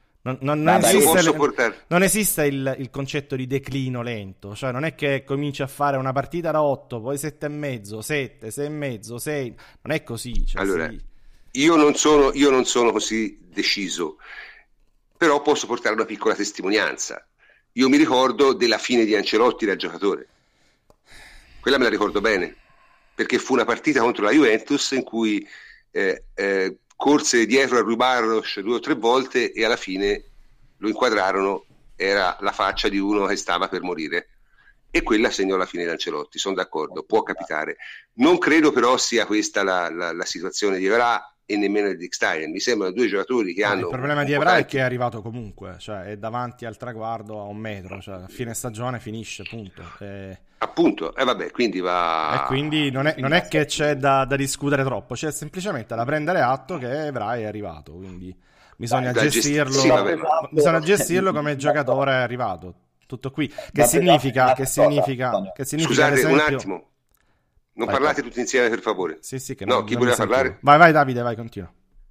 Non esiste il concetto di declino lento, cioè non è che cominci a fare una partita da 8, poi 7,5, 7, 6,5, 6, non è così. Cioè, allora, io non sono così deciso, però posso portare una piccola testimonianza. Io mi ricordo della fine di Ancelotti da giocatore, quella me la ricordo bene, perché fu una partita contro la Juventus in cui corse dietro a Rui Barros 2 o 3 volte e alla fine lo inquadrarono, era la faccia di uno che stava per morire, e quella segnò la fine di Ancelotti. Sono d'accordo, può capitare. Non credo però sia questa la situazione di Evra e nemmeno di Stein. Mi sembrano 2 giocatori che hanno... Il problema di Evra è che è arrivato comunque, cioè è davanti al traguardo a 1 metro, cioè a fine stagione finisce, punto. Appunto, vabbè, quindi va... E quindi non è che c'è da discutere troppo, c'è semplicemente da prendere atto che Evra è arrivato, quindi bisogna gestirlo come giocatore è arrivato. Tutto qui. Che significa Scusate, esempio... un attimo. Non parlate tutti insieme, per favore. Sì, che no, chi voleva parlare? Vai Davide, vai, continua.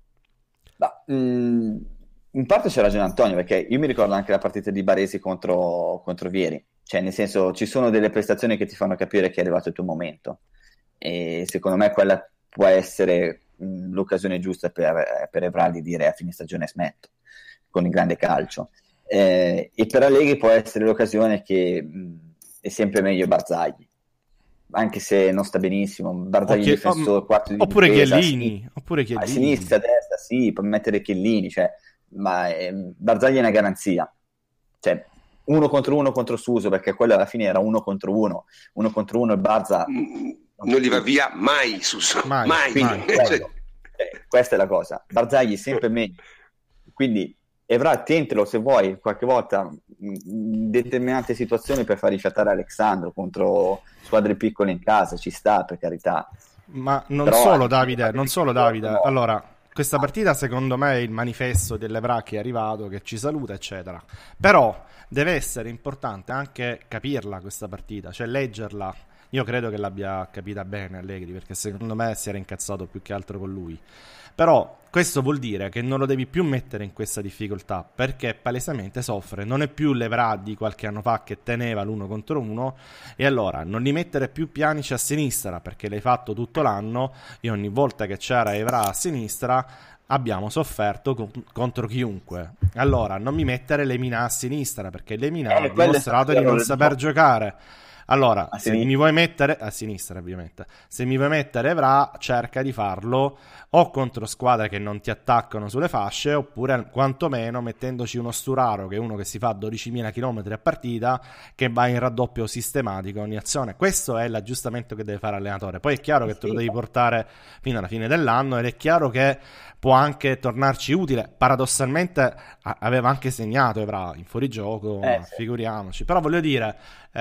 In parte c'è ragione Antonio, perché io mi ricordo anche la partita di Baresi contro Vieri, cioè nel senso ci sono delle prestazioni che ti fanno capire che è arrivato il tuo momento, e secondo me quella può essere l'occasione giusta per Evra di dire a fine stagione smetto con il grande calcio, e per Allegri può essere l'occasione che è sempre meglio Barzagli, anche se non sta benissimo. Barzagli difensore, quarto di oppure difesa, Chiellini, a sinistra, a destra, sì, puoi mettere Chiellini, cioè, ma Barzagli è una garanzia, cioè 1 contro Suso, perché quello alla fine era 1 contro 1 e Barza non gli va via mai Suso, mai. Quindi, Questa è la cosa. Barzagli sempre meglio. Quindi Evra, tentalo se vuoi qualche volta in determinate situazioni per far rifiatare Alexandro contro squadre piccole in casa, ci sta, per carità. Ma non Però solo anche Davide, non solo Davide. no. Allora, questa partita secondo me è il manifesto dell'Evra che è arrivato, che ci saluta, eccetera. Però deve essere importante anche capirla questa partita, cioè leggerla. Io credo che l'abbia capita bene Allegri, perché secondo me si era incazzato più che altro con lui. Però questo vuol dire che non lo devi più mettere in questa difficoltà, perché palesemente soffre. Non è più l'Evra di qualche anno fa che teneva l'uno contro uno, e allora non gli mettere più Pjanic a sinistra, perché l'hai fatto tutto l'anno, e ogni volta che c'era Evra a sinistra abbiamo sofferto contro chiunque. Allora non mi mettere Lemina a sinistra, perché Lemina ha dimostrato di non saper giocare. Allora, se mi vuoi mettere a sinistra, ovviamente, se mi vuoi mettere Evra, cerca di farlo o contro squadre che non ti attaccano sulle fasce, oppure quantomeno mettendoci uno Sturaro, che è uno che si fa 12.000 km a partita, che va in raddoppio sistematico ogni azione. Questo è l'aggiustamento che deve fare l'allenatore. Poi è chiaro che te lo devi portare fino alla fine dell'anno, ed è chiaro che può anche tornarci utile. Paradossalmente aveva anche segnato Evra in fuorigioco, figuriamoci. Però voglio dire,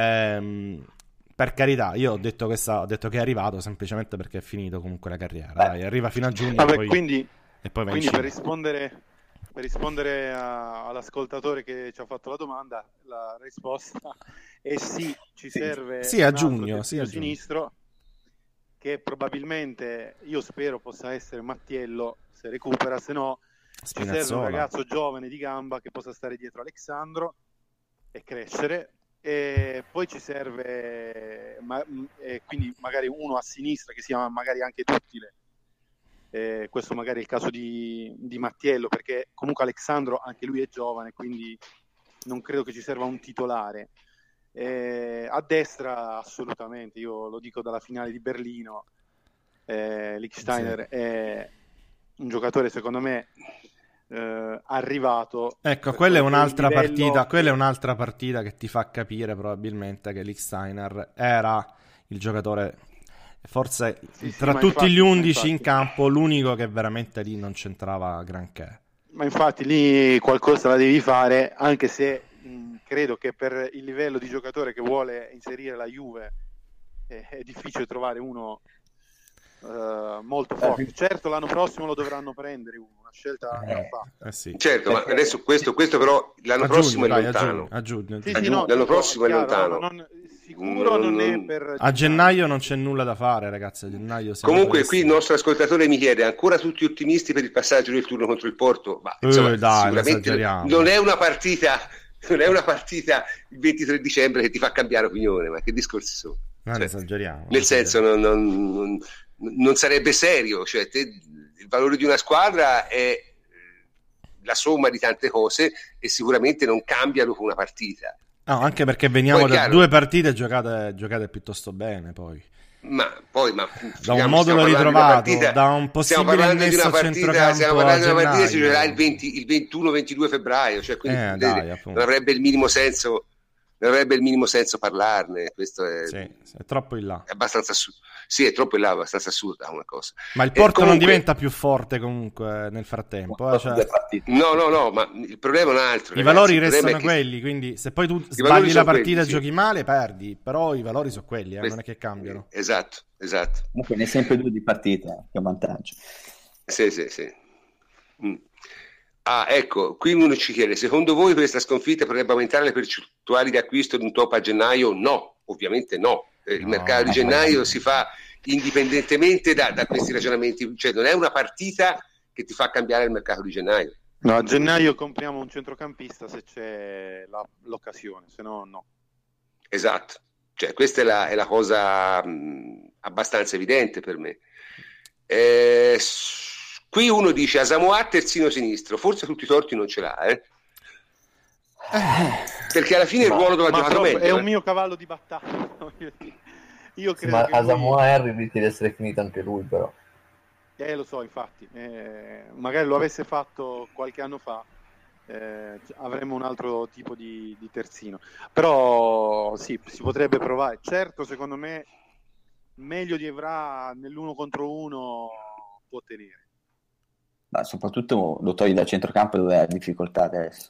per carità, io ho detto che è arrivato semplicemente perché è finito comunque la carriera. Dai, arriva fino a giugno. Vabbè, poi, quindi per rispondere all'ascoltatore che ci ha fatto la domanda, la risposta è sì, ci serve sì, a un altro giugno, terzino sinistro, che probabilmente io spero possa essere Mattiello se recupera, se no ci serve un ragazzo giovane di gamba che possa stare dietro Alexandro e crescere. E poi ci serve quindi magari uno a sinistra che sia magari anche duttile, questo magari è il caso di Mattiello, perché comunque Alexandro anche lui è giovane, quindi non credo che ci serva un titolare. A destra assolutamente, io lo dico dalla finale di Berlino, Lichtsteiner è un giocatore secondo me arrivato. Ecco, quella è un'altra partita, quella è un'altra partita che ti fa capire probabilmente che Lichtsteiner era il giocatore, forse tra tutti gli 11 in campo, l'unico che veramente lì non c'entrava granché. Ma infatti lì qualcosa la devi fare, anche se credo che per il livello di giocatore che vuole inserire la Juve è difficile trovare uno molto forte. Certo, l'anno prossimo lo dovranno prendere una scelta fatta. Sì. Certo, ma adesso questo però l'anno prossimo è lontano. A giugno. L'anno prossimo è lontano. Sicuro non è per a gennaio non c'è nulla da fare, ragazzi. A gennaio comunque qui il nostro ascoltatore mi chiede: ancora tutti ottimisti per il passaggio del turno contro il Porto? Ma insomma, sicuramente non è una partita il 23 dicembre che ti fa cambiare opinione, ma che discorsi sono? Esageriamo. Nel senso, non sarebbe serio, cioè il valore di una squadra è la somma di tante cose e sicuramente non cambia dopo una partita. No, anche perché veniamo da 2 partite giocate piuttosto bene, poi. Ma da un modulo ritrovato, da un possibile innesso a centrocampo. Stiamo parlando di una partita che si giocherà il 21-22 febbraio, cioè quindi non avrebbe il minimo senso. Non avrebbe il minimo senso parlarne. Questo è troppo in là. È abbastanza assurdo. Sì, è troppo in là, abbastanza assurda come cosa. Ma il Porto non diventa più forte comunque nel frattempo. No, ma il problema è un altro. I valori restano quelli, quindi se poi tu sbagli la partita e giochi male, perdi. Però i valori sono quelli, non è che cambiano. Esatto. Comunque ne è sempre 2 di partita, che vantaggio. Sì. Ecco, qui uno ci chiede: secondo voi questa sconfitta potrebbe aumentare le percentuali di acquisto di un top a gennaio? No, ovviamente no. Il mercato di gennaio si fa indipendentemente da questi ragionamenti, cioè non è una partita che ti fa cambiare il mercato di gennaio. No, a gennaio compriamo un centrocampista se c'è l'occasione, se no no. Esatto, cioè questa è la cosa abbastanza evidente per me. Qui uno dice: Asamoah terzino sinistro, forse tutti i torti non ce l'ha, perché alla fine il ruolo dove ha giocato meglio. È un mio cavallo di battaglia. Io credo ma Asamoah Harry rischia di essere finito anche lui, però. Lo so, infatti. Magari lo avesse fatto qualche anno fa, avremmo un altro tipo di terzino. Però sì, si potrebbe provare. Certo, secondo me meglio di Evra nell'1 contro 1 può tenere. Ma soprattutto lo togli dal centrocampo dove ha difficoltà adesso.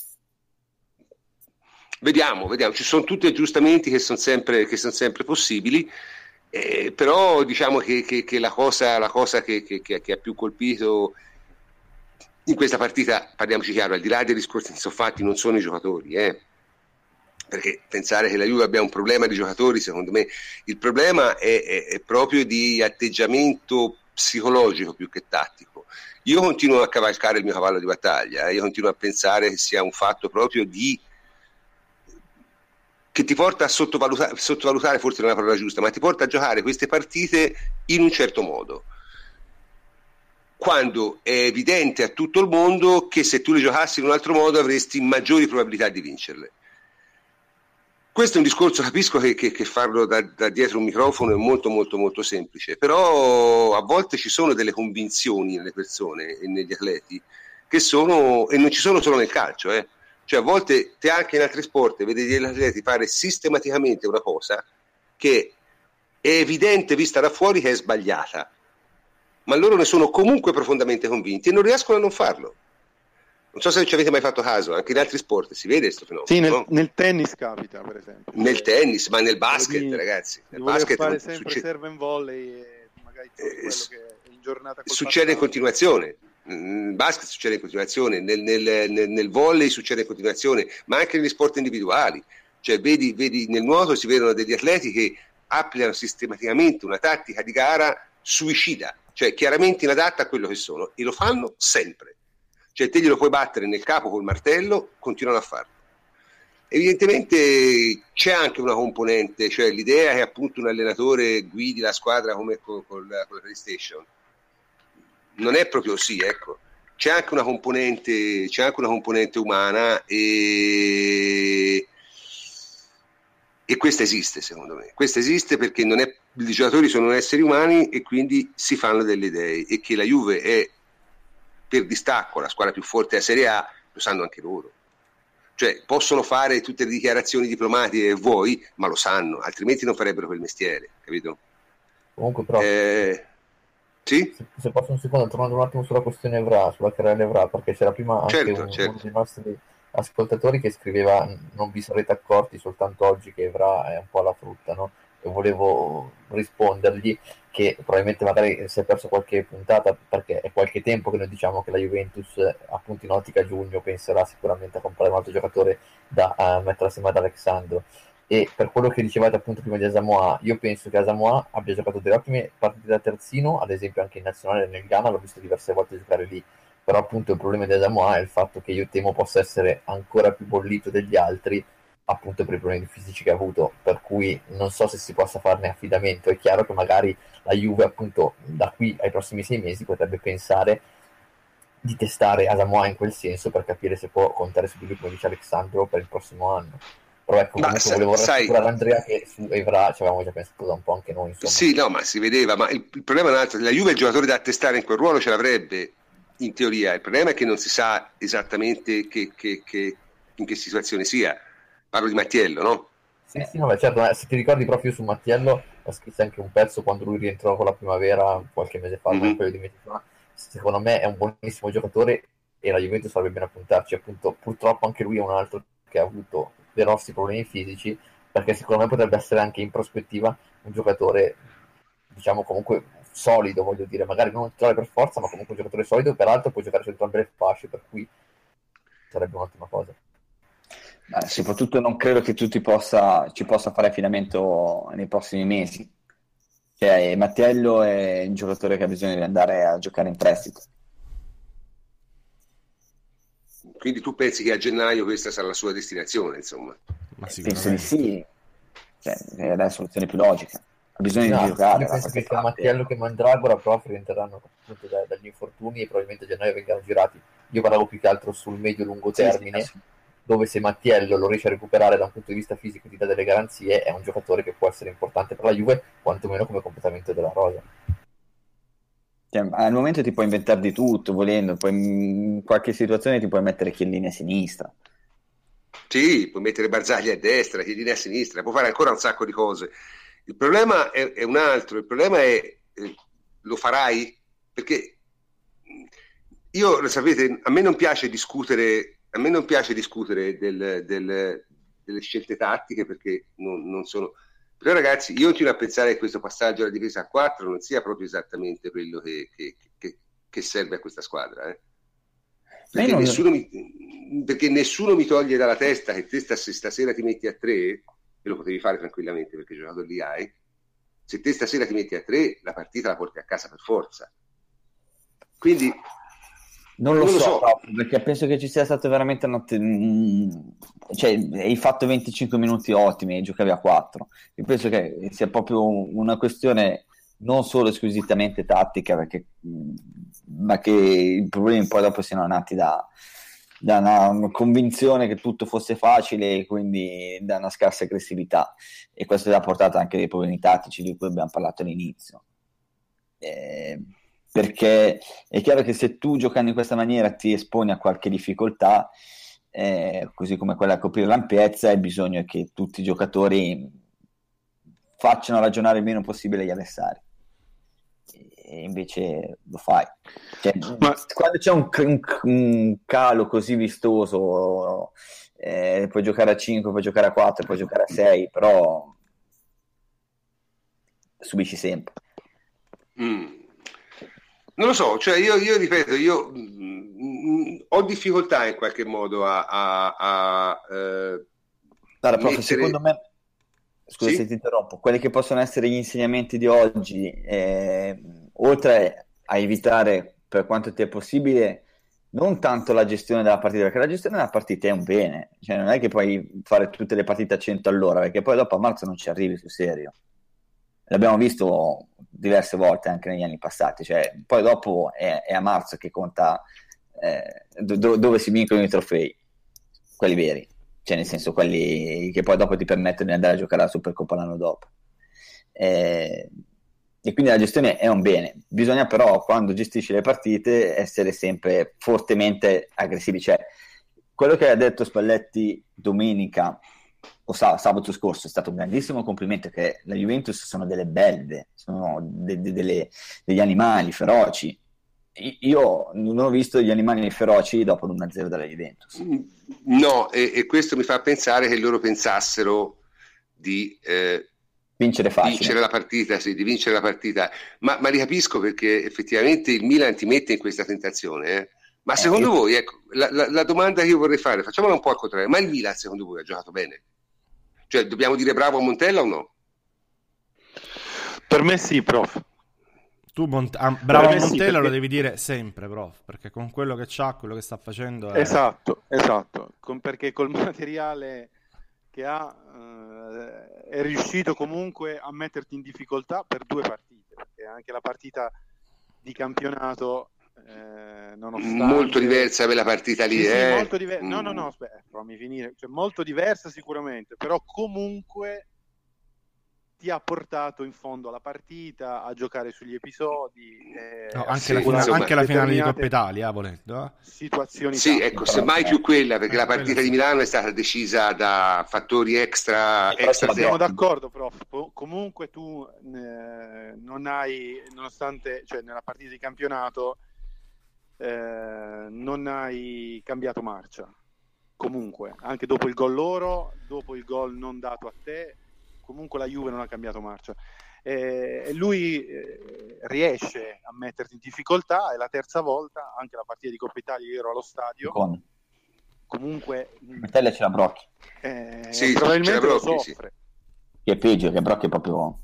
Vediamo, ci sono tutti aggiustamenti che sono sempre possibili, però diciamo che la cosa che ha più colpito in questa partita, parliamoci chiaro, al di là dei discorsi che sono fatti, non sono i giocatori, perché pensare che la Juve abbia un problema di giocatori, secondo me il problema è proprio di atteggiamento psicologico più che tattico. Io continuo a cavalcare il mio cavallo di battaglia, io continuo a pensare che sia un fatto proprio che ti porta a sottovalutare, forse non è la parola giusta, ma ti porta a giocare queste partite in un certo modo, quando è evidente a tutto il mondo che se tu le giocassi in un altro modo avresti maggiori probabilità di vincerle. Questo è un discorso, capisco che farlo da dietro un microfono è molto molto molto semplice, però a volte ci sono delle convinzioni nelle persone e negli atleti che sono, e non ci sono solo nel calcio, cioè a volte te anche in altri sport vedi gli atleti fare sistematicamente una cosa che è evidente vista da fuori che è sbagliata, ma loro ne sono comunque profondamente convinti e non riescono a non farlo. Non so se ci avete mai fatto caso, anche in altri sport si vede questo fenomeno. Sì, no? nel tennis capita, per esempio. Nel tennis, ma nel basket, ragazzi. Nel basket fare sempre serve in volley e magari quello che è in giornata col succede in continuazione. Nel basket succede in continuazione, nel volley succede in continuazione, ma anche negli sport individuali. Cioè, vedi nel nuoto si vedono degli atleti che applicano sistematicamente una tattica di gara suicida, cioè chiaramente inadatta a quello che sono, e lo fanno sempre. Cioè te glielo puoi battere nel capo col martello, continuano a farlo. Evidentemente c'è anche una componente, cioè l'idea che appunto un allenatore guidi la squadra come con la PlayStation non è proprio così, ecco. C'è anche una componente umana e questa esiste, secondo me. Questa esiste perché i giocatori sono esseri umani e quindi si fanno delle idee, e che la Juve è per distacco la squadra più forte della Serie A lo sanno anche loro. Cioè possono fare tutte le dichiarazioni diplomatiche che vuoi, ma lo sanno, altrimenti non farebbero quel mestiere, capito? Comunque però sì? Se posso un secondo, tornando un attimo sulla questione Evra, sulla carriera Evra, perché c'era prima anche Certo. uno dei nostri ascoltatori che scriveva: non vi sarete accorti soltanto oggi che Evra è un po' la frutta, no? E volevo rispondergli che probabilmente magari si è perso qualche puntata, perché è qualche tempo che noi diciamo che la Juventus, appunto in ottica giugno, penserà sicuramente a comprare un altro giocatore da mettere assieme ad Alexandro. E per quello che dicevate appunto prima di Asamoah, io penso che Asamoah abbia giocato delle ottime partite da terzino, ad esempio anche in nazionale nel Ghana, l'ho visto diverse volte giocare lì, però appunto il problema di Asamoah è il fatto che io temo possa essere ancora più bollito degli altri, appunto per i problemi fisici che ha avuto, per cui non so se si possa farne affidamento. È chiaro che magari la Juve appunto da qui ai prossimi 6 mesi potrebbe pensare di testare Asamoah in quel senso, per capire se può contare su di lui, come dice Alessandro, per il prossimo anno. Però ecco, comunque volevo rassicurare Andrea che su Evra ci avevamo già pensato da un po' anche noi, insomma. Sì, no, ma si vedeva, ma il problema è un altro: la Juve il giocatore da testare in quel ruolo ce l'avrebbe in teoria, il problema è che non si sa esattamente in che situazione sia. Parlo di Mattiello, no? Sì, no, certo, se ti ricordi proprio su Mattiello ho scritto anche un pezzo quando lui rientrò con la Primavera qualche mese fa, un paio di mesi fa. Secondo me è un buonissimo giocatore e la Juventus sarebbe bene a puntarci, appunto. Purtroppo anche lui è un altro che ha avuto dei grossi problemi fisici, perché secondo me potrebbe essere anche in prospettiva un giocatore, diciamo, comunque solido, voglio dire, magari non titolare per forza, ma comunque un giocatore solido, peraltro può giocare su entrambe le fasce, per cui sarebbe un'ottima cosa. Soprattutto non credo che tu ci possa fare affidamento nei prossimi mesi. Cioè, Mattiello è un giocatore che ha bisogno di andare a giocare in prestito. Quindi tu pensi che a gennaio questa sarà la sua destinazione, insomma? Ma penso di sì. Cioè, è la soluzione più logica. Ha bisogno di giocare. Io penso che sia Mattiello che Mandragora proprio rientreranno appunto dagli infortuni e probabilmente a gennaio vengano girati. Io parlavo più che altro sul medio-lungo termine, sì. Dove se Mattiello lo riesce a recuperare da un punto di vista fisico e ti dà delle garanzie, è un giocatore che può essere importante per la Juve, quantomeno come completamento della rosa. Cioè, al momento ti puoi inventare di tutto, volendo, poi in qualche situazione ti puoi mettere Chiellini a sinistra. Sì, puoi mettere Barzagli a destra, Chiellini a sinistra, puoi fare ancora un sacco di cose. Il problema è un altro, il problema è lo farai? Perché io, lo sapete, a me non piace discutere delle scelte tattiche, perché non sono... Però ragazzi, io continuo a pensare che questo passaggio alla difesa a 4 non sia proprio esattamente quello che serve a questa squadra, perché nessuno mi toglie dalla testa che te stasera ti metti a 3, e lo potevi fare tranquillamente perché hai giocato lì, se te stasera ti metti a 3 la partita la porti a casa per forza, quindi non lo so. Perché penso che ci sia stato veramente cioè hai fatto 25 minuti ottimi e giocavi a 4. Io penso che sia proprio una questione non solo esclusivamente tattica, ma che i problemi poi dopo siano nati da una convinzione che tutto fosse facile e quindi da una scarsa aggressività, e questo ha portato anche dei problemi tattici di cui abbiamo parlato all'inizio, perché è chiaro che se tu giocando in questa maniera ti esponi a qualche difficoltà, così come quella a coprire l'ampiezza, hai bisogno che tutti i giocatori facciano ragionare il meno possibile gli avversari, e invece lo fai. Quando c'è un calo così vistoso, puoi giocare a 5, puoi giocare a 4, puoi giocare a 6, però subisci sempre. Non lo so, cioè io ripeto, ho difficoltà in qualche modo Allora, prof, secondo me, scusa se ti interrompo, quelli che possono essere gli insegnamenti di oggi, oltre a evitare per quanto ti è possibile non tanto la gestione della partita, perché la gestione della partita è un bene, cioè non è che puoi fare tutte le partite a 100 all'ora, perché poi dopo a marzo non ci arrivi sul serio. L'abbiamo visto diverse volte anche negli anni passati, cioè poi dopo è a marzo che conta dove si vincono i trofei, quelli veri, cioè nel senso quelli che poi dopo ti permettono di andare a giocare la Supercoppa l'anno dopo, e quindi la gestione è un bene. Bisogna però, quando gestisci le partite, essere sempre fortemente aggressivi, cioè quello che ha detto Spalletti domenica o sabato scorso è stato un grandissimo complimento, che la Juventus sono delle belve, sono degli animali feroci. Io non ho visto gli animali feroci dopo l'1-0 della Juventus. No, e questo mi fa pensare che loro pensassero di vincere la partita, sì, di vincere la partita, ma li capisco, perché effettivamente il Milan ti mette in questa tentazione, ma secondo voi, ecco, la domanda che io vorrei fare, facciamola un po' al contrario, ma il Milan secondo voi ha giocato bene? Cioè, dobbiamo dire bravo a Montella o no? Per me sì, prof. Tu bravo a Montella lo devi dire sempre, prof, perché con quello che c'ha, quello che sta facendo esatto, perché col materiale che ha è riuscito comunque a metterti in difficoltà per 2 partite, perché anche la partita di campionato nonostante... molto diversa per la partita lì, sì, molto no, aspetta, fammi finire, cioè, molto diversa sicuramente, però comunque ti ha portato in fondo alla partita, a giocare sugli episodi, anche la finale di Coppa Italia, volendo situazioni sì, ecco, semmai più quella, perché la partita di Milano è stata decisa da fattori extra siamo d'accordo, prof. Comunque tu non hai, nonostante, cioè nella partita di campionato non hai cambiato marcia, comunque anche dopo il gol loro, dopo il gol non dato a te, comunque la Juve non ha cambiato marcia, e lui riesce a metterti in difficoltà. È la terza volta, anche la partita di Coppa Italia io ero allo stadio, comunque Montella ce la Brocchi, sì, probabilmente Brocchi, lo soffre, sì. Che è peggio, che Brocchi è proprio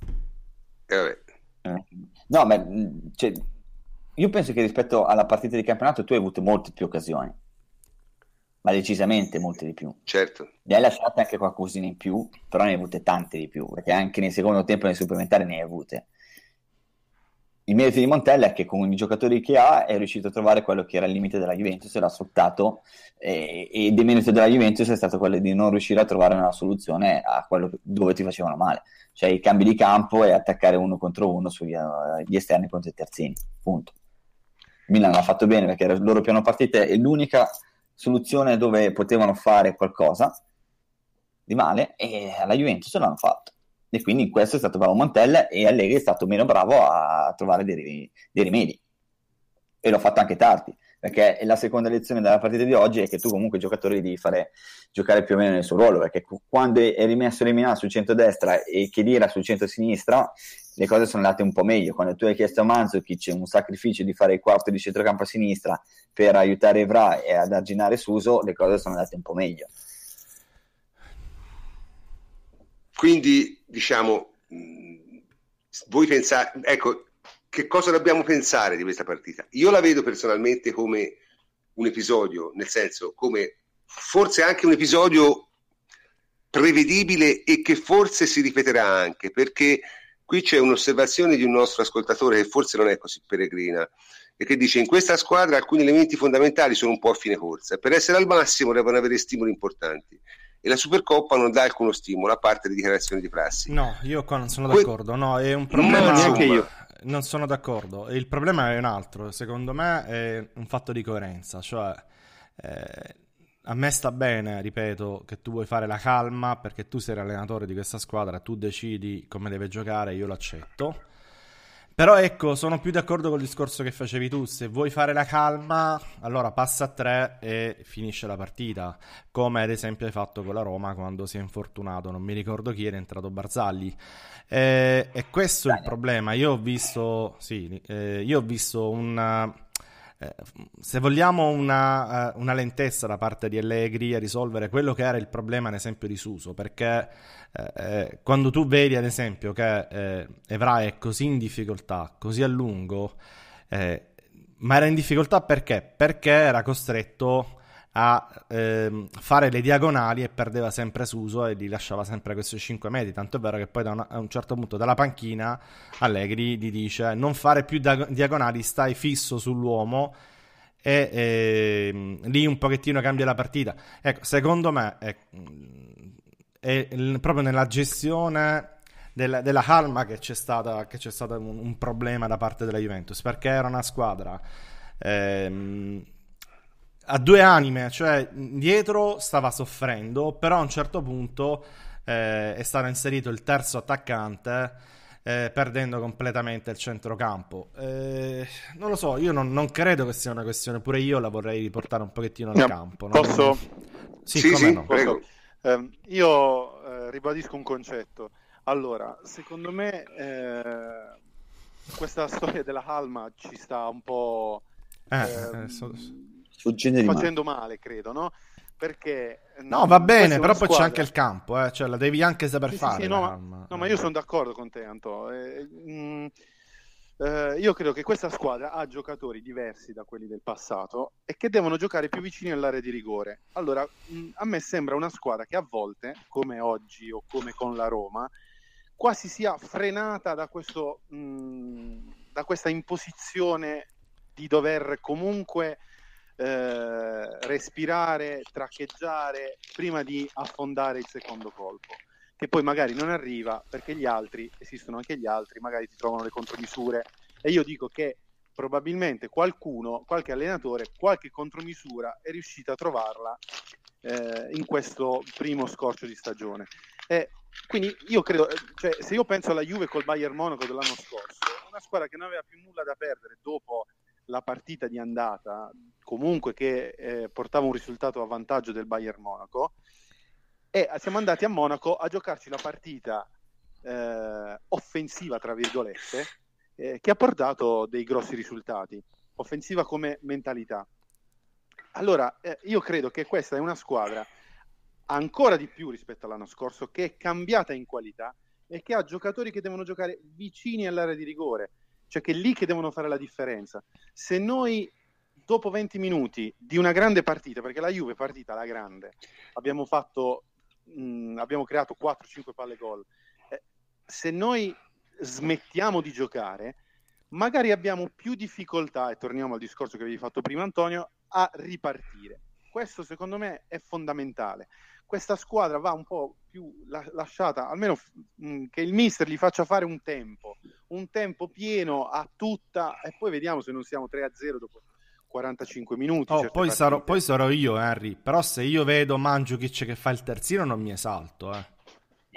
no, ma cioè, io penso che rispetto alla partita di campionato tu hai avuto molte più occasioni, ma decisamente molte di più. Certo. Ne hai lasciate anche qualcosina in più, però ne hai avute tante di più, perché anche nel secondo tempo nei supplementari ne hai avute. Il merito di Montella è che con i giocatori che ha è riuscito a trovare quello che era il limite della Juventus, l'ha sfruttato, e il demerito della Juventus è stato quello di non riuscire a trovare una soluzione a quello dove ti facevano male, cioè i cambi di campo e attaccare 1 contro 1 sugli esterni contro i terzini, punto. Milan l'ha fatto bene perché era il loro piano partita e l'unica soluzione dove potevano fare qualcosa di male, e alla Juventus l'hanno fatto, e quindi in questo è stato bravo Montella, e Allegri è stato meno bravo a trovare dei rimedi, e l'ho fatto anche tardi, perché la seconda lezione della partita di oggi è che tu comunque i giocatori li devi fare giocare più o meno nel suo ruolo, perché quando è rimesso Lemina sul centro-destra e Khedira sul centro-sinistra, le cose sono andate un po' meglio. Quando tu hai chiesto a Mandzukic un sacrificio di fare il quarto di centrocampo a sinistra per aiutare Evra e ad arginare Suso, le cose sono andate un po' meglio. Quindi, diciamo, voi pensate, ecco, che cosa dobbiamo pensare di questa partita? Io la vedo personalmente come un episodio, nel senso, come forse anche un episodio prevedibile e che forse si ripeterà anche, perché qui c'è un'osservazione di un nostro ascoltatore che forse non è così peregrina e che dice: in questa squadra alcuni elementi fondamentali sono un po' a fine corsa, per essere al massimo devono avere stimoli importanti e la Supercoppa non dà alcuno stimolo a parte le dichiarazioni di prassi. No, io qua non sono d'accordo, no, è un problema. Neanche io non sono d'accordo. Il problema è un altro, secondo me è un fatto di coerenza, cioè a me sta bene, ripeto, che tu vuoi fare la calma perché tu sei l'allenatore di questa squadra, tu decidi come deve giocare, io lo accetto. Però ecco, sono più d'accordo col discorso che facevi tu: se vuoi fare la calma, allora passa a 3 e finisce la partita, come ad esempio hai fatto con la Roma quando si è infortunato, non mi ricordo chi, era entrato Barzagli. E questo è il problema. Io ho visto se vogliamo una lentezza da parte di Allegri a risolvere quello che era il problema, ad esempio, di Suso, perché quando tu vedi ad esempio che Evra è così in difficoltà, così a lungo, ma era in difficoltà perché era costretto a fare le diagonali e perdeva sempre Suso e gli lasciava sempre questi 5 metri, tanto è vero che poi a un certo punto dalla panchina Allegri gli dice: non fare più diagonali, stai fisso sull'uomo, e lì un pochettino cambia la partita. Ecco, secondo me è proprio nella gestione della calma che c'è stato un problema da parte della Juventus, perché era una squadra a due anime, cioè dietro stava soffrendo, però a un certo punto è stato inserito il terzo attaccante, perdendo completamente il centrocampo. Non lo so, io non credo che sia una questione, pure io la vorrei riportare un pochettino al campo. Posso? Sì, no? prego. Io ribadisco un concetto. Allora, secondo me questa storia della calma ci sta un po' facendo male, credo, no? Perché no, va bene, però poi c'è anche il campo, cioè la devi anche saper fare. No, ma io sono d'accordo con te, Anto. Io credo che questa squadra ha giocatori diversi da quelli del passato e che devono giocare più vicini all'area di rigore. Allora, a me sembra una squadra che a volte, come oggi o come con la Roma, quasi sia frenata da questa imposizione di dover comunque respirare, traccheggiare prima di affondare il secondo colpo, che poi magari non arriva perché esistono anche gli altri, magari ti trovano le contromisure, e io dico che probabilmente qualche allenatore, qualche contromisura è riuscito a trovarla in questo primo scorcio di stagione. Quindi io credo, cioè, se io penso alla Juve col Bayern Monaco dell'anno scorso, una squadra che non aveva più nulla da perdere dopo la partita di andata, comunque che portava un risultato a vantaggio del Bayern Monaco, e siamo andati a Monaco a giocarci la partita offensiva, tra virgolette, che ha portato dei grossi risultati, offensiva come mentalità. Allora, io credo che questa è una squadra ancora di più rispetto all'anno scorso, che è cambiata in qualità e che ha giocatori che devono giocare vicini all'area di rigore, cioè che è lì che devono fare la differenza. Se noi dopo 20 minuti di una grande partita, perché la Juve è partita alla grande, abbiamo creato 4-5 palle gol, se noi smettiamo di giocare, magari abbiamo più difficoltà, e torniamo al discorso che avevi fatto prima, Antonio, a ripartire. Questo secondo me è fondamentale. Questa squadra va un po' più lasciata, almeno che il mister gli faccia fare un tempo pieno a tutta, e poi vediamo se non siamo 3-0 dopo 45 minuti. Poi sarò io, Henry, però se io vedo Mandzukic che fa il terzino non mi esalto.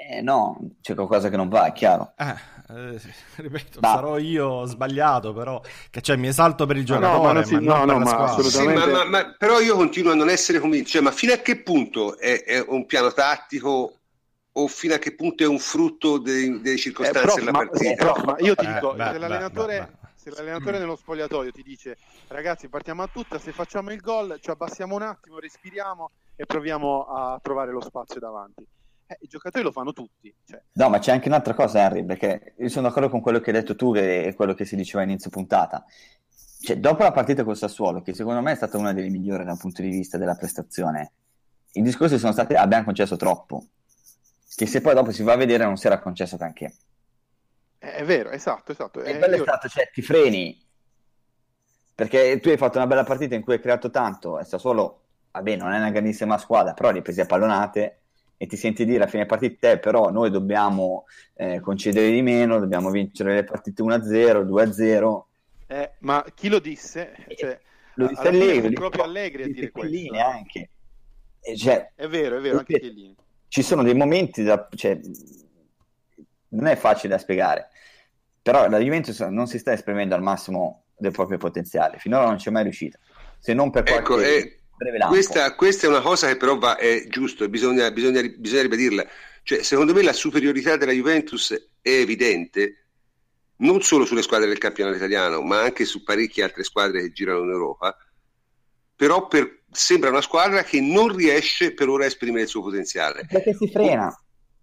No, c'è qualcosa che non va, è chiaro. Ripeto, Ma sarò io sbagliato, però cioè, mi esalto per il No, no, ma giocatore, non si- ma non no, per no, la ma squadra. Sì, assolutamente. però io continuo a non essere convinto, cioè, ma fino a che punto è un piano tattico o fino a che punto è un frutto delle circostanze Prof, della ma, partita? prof, ma io ti dico, Beh, se beh, beh, beh. l'allenatore nello spogliatoio ti dice ragazzi partiamo a tutta, se facciamo il gol ci abbassiamo un attimo, respiriamo e proviamo a trovare lo spazio davanti. I giocatori lo fanno tutti. Cioè. No, ma c'è anche un'altra cosa, Henry, perché io sono d'accordo con quello che hai detto tu e quello che si diceva a inizio puntata. Cioè, dopo la partita col Sassuolo, che secondo me è stata una delle migliori dal punto di vista della prestazione, i discorsi sono stati abbiamo concesso troppo, che se poi dopo si va a vedere non si era concesso granché. È vero, esatto. E quello è stato, cioè, ti freni, perché tu hai fatto una bella partita in cui hai creato tanto, e Sassuolo, vabbè, non è una grandissima squadra, però li hai presi a pallonate, e ti senti dire a fine partita, però noi dobbiamo concedere di meno, dobbiamo vincere le partite 1-0, 2-0. Ma chi lo disse? Cioè, Lo disse alla fine Allegri, fu proprio Allegri a dire questo. Anche. Cioè, È vero, anche Chiellini. Ci sono dei momenti, cioè, non è facile da spiegare, però la Juventus non si sta esprimendo al massimo del proprio potenziale, finora non c'è mai riuscita, se non per qualche breve lampo. Questa è una cosa che però è giusto, bisogna ribadirla. Cioè, secondo me la superiorità della Juventus è evidente non solo sulle squadre del campionato italiano, ma anche su parecchie altre squadre che girano in Europa. Però sembra una squadra che non riesce per ora a esprimere il suo potenziale. Perché si frena?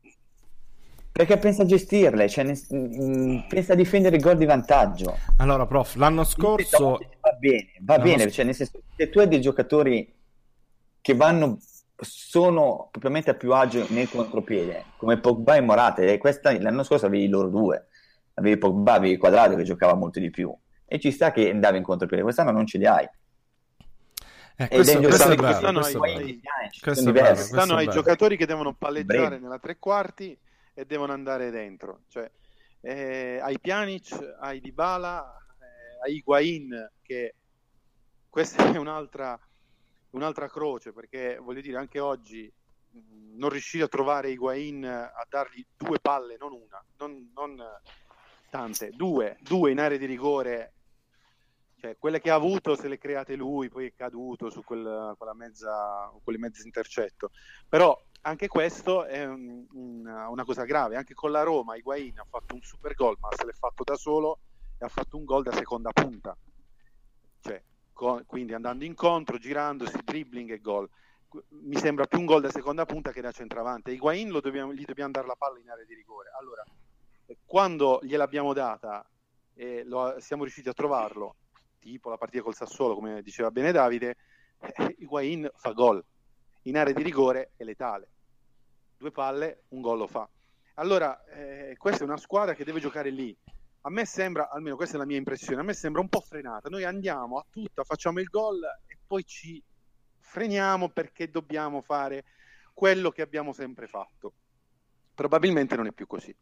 Perché pensa a gestirle, cioè pensa a difendere il gol di vantaggio. Allora, prof, l'anno scorso va bene, cioè nel senso, se tu hai dei giocatori che sono propriamente a più agio nel contropiede, come Pogba e Morata, e l'anno scorso avevi loro due, avevi Pogba, avevi Quadrato che giocava molto di più, e ci sta che andavi in contropiede, quest'anno non ce li hai. Quest'anno hai giocatori che devono palleggiare nella tre quarti e devono andare dentro, cioè hai Pjanic, hai Dybala, hai Higuain, che questa è un'altra croce, perché voglio dire anche oggi non riuscire a trovare Higuain a dargli due palle, non una, non tante, due in area di rigore, cioè quelle che ha avuto se le create lui, poi è caduto su quelle mezze intercetto, però anche questo è una cosa grave. Anche con la Roma Higuain ha fatto un super gol, ma se l'è fatto da solo e ha fatto un gol da seconda punta, cioè quindi andando incontro, girandosi, dribbling e gol. Mi sembra più un gol da seconda punta che da centravanti. Higuain gli dobbiamo dare la palla in area di rigore. Allora, quando gliel'abbiamo data e siamo riusciti a trovarlo, tipo la partita col Sassuolo, come diceva bene Davide, Higuain fa gol in area di rigore, è letale, due palle, un gol lo fa. Allora questa è una squadra che deve giocare lì. A me sembra, almeno questa è la mia impressione, a me sembra un po' frenata. Noi andiamo a tutta, facciamo il gol e poi ci freniamo perché dobbiamo fare quello che abbiamo sempre fatto. Probabilmente non è più così.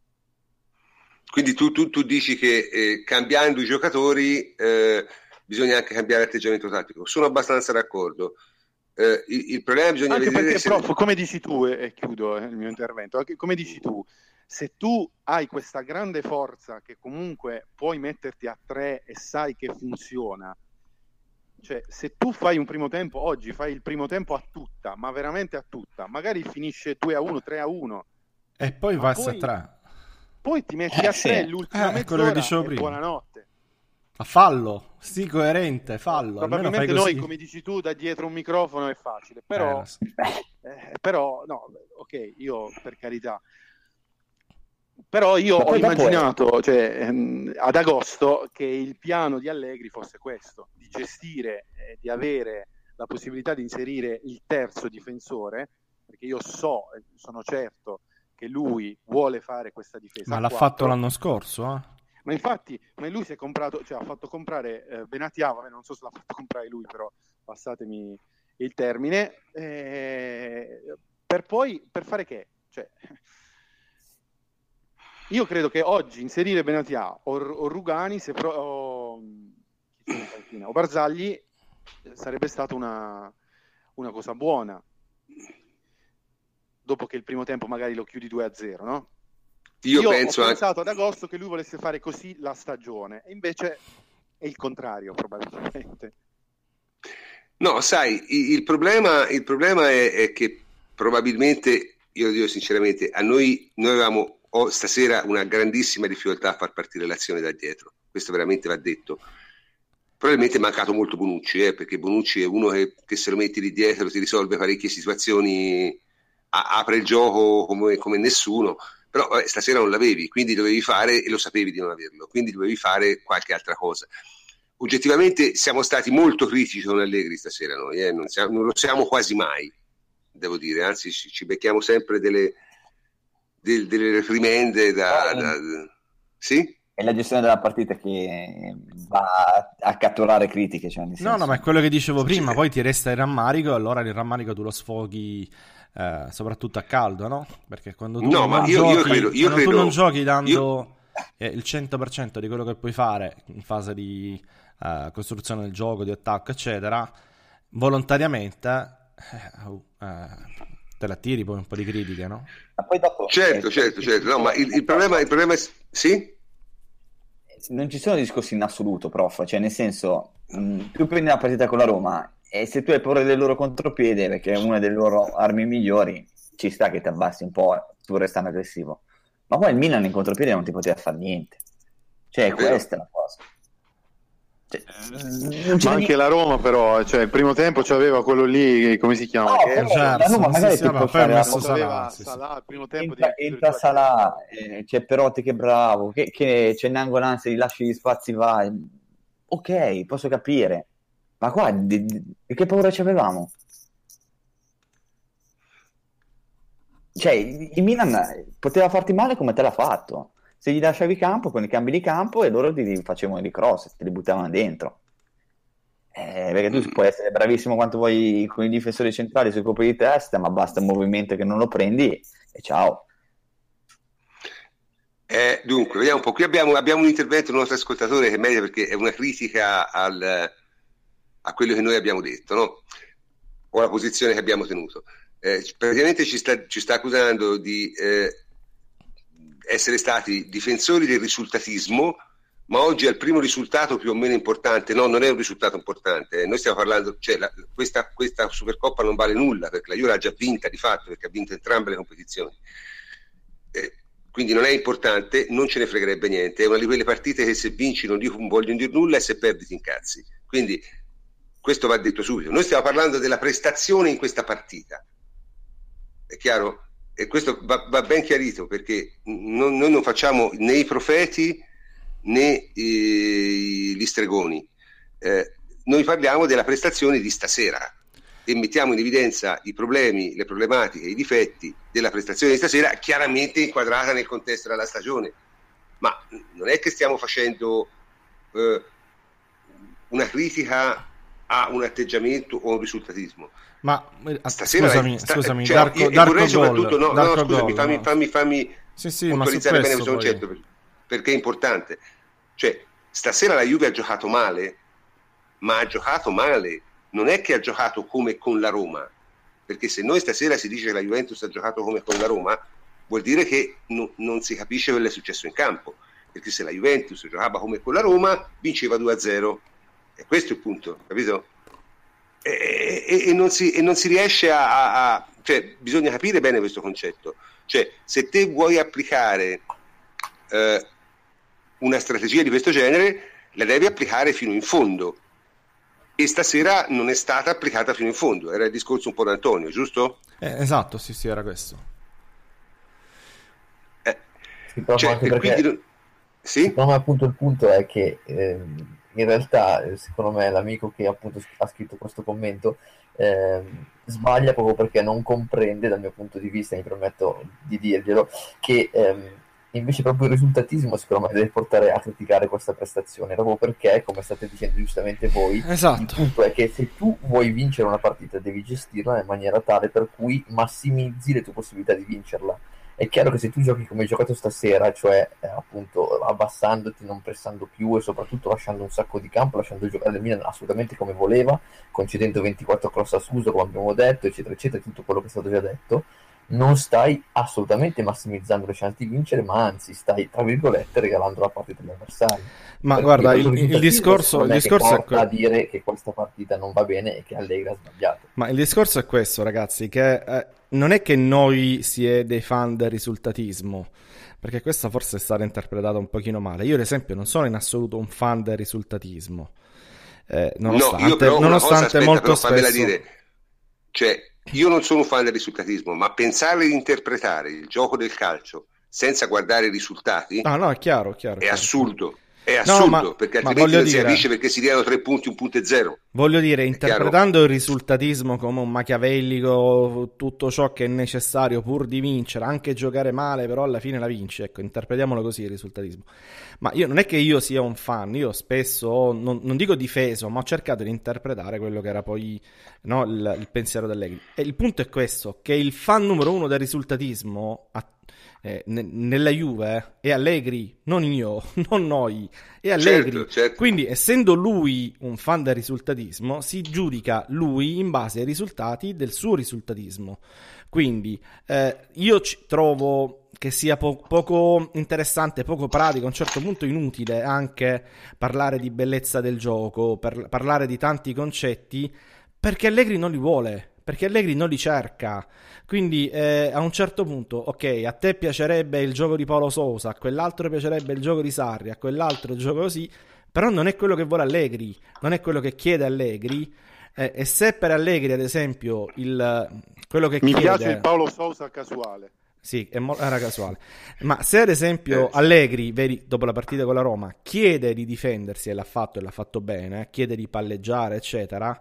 Quindi tu dici che cambiando i giocatori bisogna anche cambiare atteggiamento tattico. Sono abbastanza d'accordo. Il problema bisogna anche vedere perché, prof, come dici tu, e chiudo il mio intervento, come dici tu, se tu hai questa grande forza che comunque puoi metterti a 3 e sai che funziona, cioè se tu fai un primo tempo, oggi fai il primo tempo a tutta, ma veramente a tutta, magari finisce 2-1, 3-1 e poi vai a 3. Poi ti metti a 3 l'ultima mezz'ora e buonanotte. Ma fallo, sii coerente, fallo. Probabilmente noi, come dici tu, da dietro un microfono è facile, però, però no, ok, io per carità. Però io ho immaginato, cioè, ad agosto, che il piano di Allegri fosse questo, di gestire, di avere la possibilità di inserire il terzo difensore, perché io sono certo che lui vuole fare questa difesa. Ma l'ha fatto l'anno scorso, Ma infatti, lui si è comprato, cioè ha fatto comprare Benatia, non so se l'ha fatto comprare lui, però passatemi il termine, per fare che? Cioè, io credo che oggi inserire Benatia o Rugani o Barzagli sarebbe stata una cosa buona. dopo che il primo tempo magari lo chiudi 2-0, no? Io Ho penso pensato ad agosto che lui volesse fare così la stagione, e invece è il contrario, probabilmente. No, sai, il problema è che probabilmente, io lo dico sinceramente, noi avevamo stasera una grandissima difficoltà a far partire l'azione da dietro, questo veramente va detto. Probabilmente è mancato molto Bonucci, perché Bonucci è uno che se lo metti lì dietro ti risolve parecchie situazioni, apre il gioco come nessuno, però stasera non l'avevi, quindi dovevi fare, e lo sapevi di non averlo, quindi dovevi fare qualche altra cosa. Oggettivamente siamo stati molto critici con Allegri stasera noi, non lo siamo quasi mai, devo dire, anzi ci becchiamo sempre delle reprimende sì? È la gestione della partita che va a catturare critiche, cioè nel senso... No, ma è quello che dicevo prima, poi ti resta il rammarico, allora il rammarico tu lo sfoghi soprattutto a caldo, no? Perché quando tu tu non giochi dando il 100% di quello che puoi fare in fase di costruzione del gioco, di attacco, eccetera, volontariamente te la tiri poi un po' di critiche, no? Ma poi dopo, certo. No, ma il problema è... Sì? Non ci sono discorsi in assoluto, prof, cioè nel senso, tu prendi la partita con la Roma e se tu hai paura del loro contropiede, perché è una delle loro armi migliori, ci sta che ti abbassi un po', tu restando aggressivo. Ma poi il Milan in contropiede non ti poteva fare niente. Cioè, questa è la cosa. Cioè, ma anche la Roma però, cioè il primo tempo c'aveva quello lì, come si chiama? La Roma magari ti può fare Salah, il primo tempo entra Salah, c'è Perotti che è bravo, che c'è Nangolanza, gli lasci gli spazi, vai, ok, posso capire, ma qua di che paura ci avevamo? Cioè il Milan poteva farti male come te l'ha fatto se gli lasciavi campo con i cambi di campo e loro ti facevano i cross, te li buttavano dentro, perché tu puoi essere bravissimo quanto vuoi con i difensori centrali sui colpi di testa, ma basta un movimento che non lo prendi e ciao. Dunque, vediamo un po'. Qui abbiamo un intervento del nostro ascoltatore che merita, perché è una critica a quello che noi abbiamo detto, no? O alla posizione che abbiamo tenuto. Praticamente ci sta accusando di essere stati difensori del risultatismo, ma oggi è il primo risultato più o meno importante. No, non è un risultato importante. Noi stiamo parlando, cioè questa Supercoppa non vale nulla, perché la Juve l'ha già vinta di fatto, perché ha vinto entrambe le competizioni. Quindi non è importante, non ce ne fregherebbe niente. È una di quelle partite che se vinci non vogliono dire nulla e se perdi ti incazzi. Quindi questo va detto subito. Noi stiamo parlando della prestazione in questa partita. È chiaro? E questo va ben chiarito, perché noi non facciamo né i profeti né gli stregoni. Noi parliamo della prestazione di stasera e mettiamo in evidenza i problemi, le problematiche, i difetti della prestazione di stasera, chiaramente inquadrata nel contesto della stagione. Ma non è che stiamo facendo una critica a un atteggiamento o un risultatismo. Ma stasera scusami, cioè, Darko soprattutto Gol, fammi puntualizzare bene questo poi concetto, perché è importante. Cioè, stasera la Juve ha giocato male, ma ha giocato male, non è che ha giocato come con la Roma, perché se noi stasera si dice che la Juventus ha giocato come con la Roma, vuol dire che non si capisce quello che è successo in campo, perché se la Juventus giocava come con la Roma vinceva 2-0, e questo è il punto, capito? E non si riesce cioè bisogna capire bene questo concetto. Cioè, se te vuoi applicare una strategia di questo genere, la devi applicare fino in fondo, e stasera non è stata applicata fino in fondo. Era il discorso un po' d'Antonio, giusto? Esatto, sì, era questo. Sì? No, ma appunto il punto è che in realtà, secondo me, l'amico che appunto ha scritto questo commento sbaglia proprio perché non comprende, dal mio punto di vista, mi permetto di dirglielo, che invece proprio il risultatismo secondo me deve portare a criticare questa prestazione, proprio perché, come state dicendo giustamente voi, esatto, il punto è che se tu vuoi vincere una partita devi gestirla in maniera tale per cui massimizzi le tue possibilità di vincerla. È chiaro che se tu giochi come hai giocato stasera, cioè appunto abbassandoti, non pressando più e soprattutto lasciando un sacco di campo, lasciando giocare il Milan assolutamente come voleva, concedendo 24 cross a Suso come abbiamo detto, eccetera eccetera, tutto quello che è stato già detto, non stai assolutamente massimizzando le chance di vincere, ma anzi stai, tra virgolette, regalando la partita agli avversari. Ma Per guarda, cui il discorso non è che è porta a dire che questa partita non va bene e che Allegri ha sbagliato. Ma il discorso è questo, ragazzi, che non è che noi si è dei fan del risultatismo, perché questo forse è stato interpretato un pochino male. Io, ad esempio, non sono in assoluto un fan del risultatismo, No, io però una cosa, aspetta, molto però fammela spesso... dire, cioè io non sono un fan del risultatismo, ma pensare di interpretare il gioco del calcio senza guardare i risultati Ah, no, è chiaro, è assurdo. È No, assurdo, perché altrimenti non si dire, capisce perché si diano 3 punti, 1,0. Voglio dire, È interpretando chiaro? il risultatismo come un machiavellico, tutto ciò che è necessario pur di vincere, anche giocare male, però alla fine la vinci. Ecco, interpretiamolo così il risultatismo. Ma io non è che io sia un fan, io spesso, non dico difeso, ma ho cercato di interpretare quello che era poi, no, il pensiero di Allegri. E il punto è questo, che il fan numero uno del risultatismo nella Juve è Allegri, non io, non noi, è Allegri. Certo. Quindi, essendo lui un fan del risultatismo, si giudica lui in base ai risultati del suo risultatismo. Quindi io trovo che sia poco interessante, poco pratico, a un certo punto inutile anche parlare di bellezza del gioco, parlare di tanti concetti, perché Allegri non li vuole, perché Allegri non li cerca. Quindi a un certo punto, ok, a te piacerebbe il gioco di Paolo Sousa, a quell'altro piacerebbe il gioco di Sarri, a quell'altro il gioco così, però non è quello che vuole Allegri, non è quello che chiede Allegri. E se per Allegri, ad esempio, quello che mi chiede... piace il Paolo Sousa casuale. Sì, era casuale. Ma se ad esempio Allegri, vedi, dopo la partita con la Roma, chiede di difendersi, e l'ha fatto bene, chiede di palleggiare, eccetera,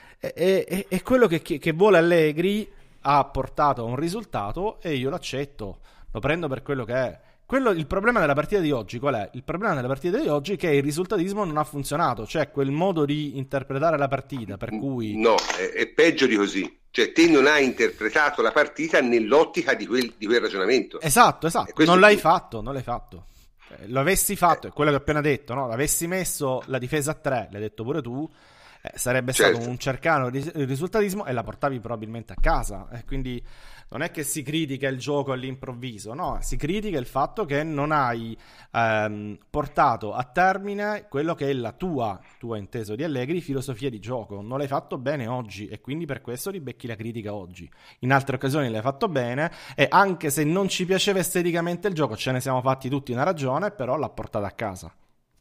è quello che vuole Allegri, ha portato a un risultato e io l'accetto, lo prendo per quello che è. Il problema della partita di oggi qual è? Il problema della partita di oggi è che il risultatismo non ha funzionato, cioè quel modo di interpretare la partita per cui... No, è peggio di così. Cioè te non hai interpretato la partita nell'ottica di quel ragionamento. Esatto, non l'hai fatto. Lo avessi fatto, è quello che ho appena detto, no? L'avessi messo la difesa a 3, l'hai detto pure tu, sarebbe stato un cercano di risultatismo e la portavi probabilmente a casa. Quindi non è che si critica il gioco all'improvviso, no, si critica il fatto che non hai portato a termine quello che è la tua inteso di Allegri, filosofia di gioco. Non l'hai fatto bene oggi e quindi per questo ribecchi la critica oggi. In altre occasioni l'hai fatto bene e anche se non ci piaceva esteticamente il gioco, ce ne siamo fatti tutti una ragione, però l'ha portata a casa.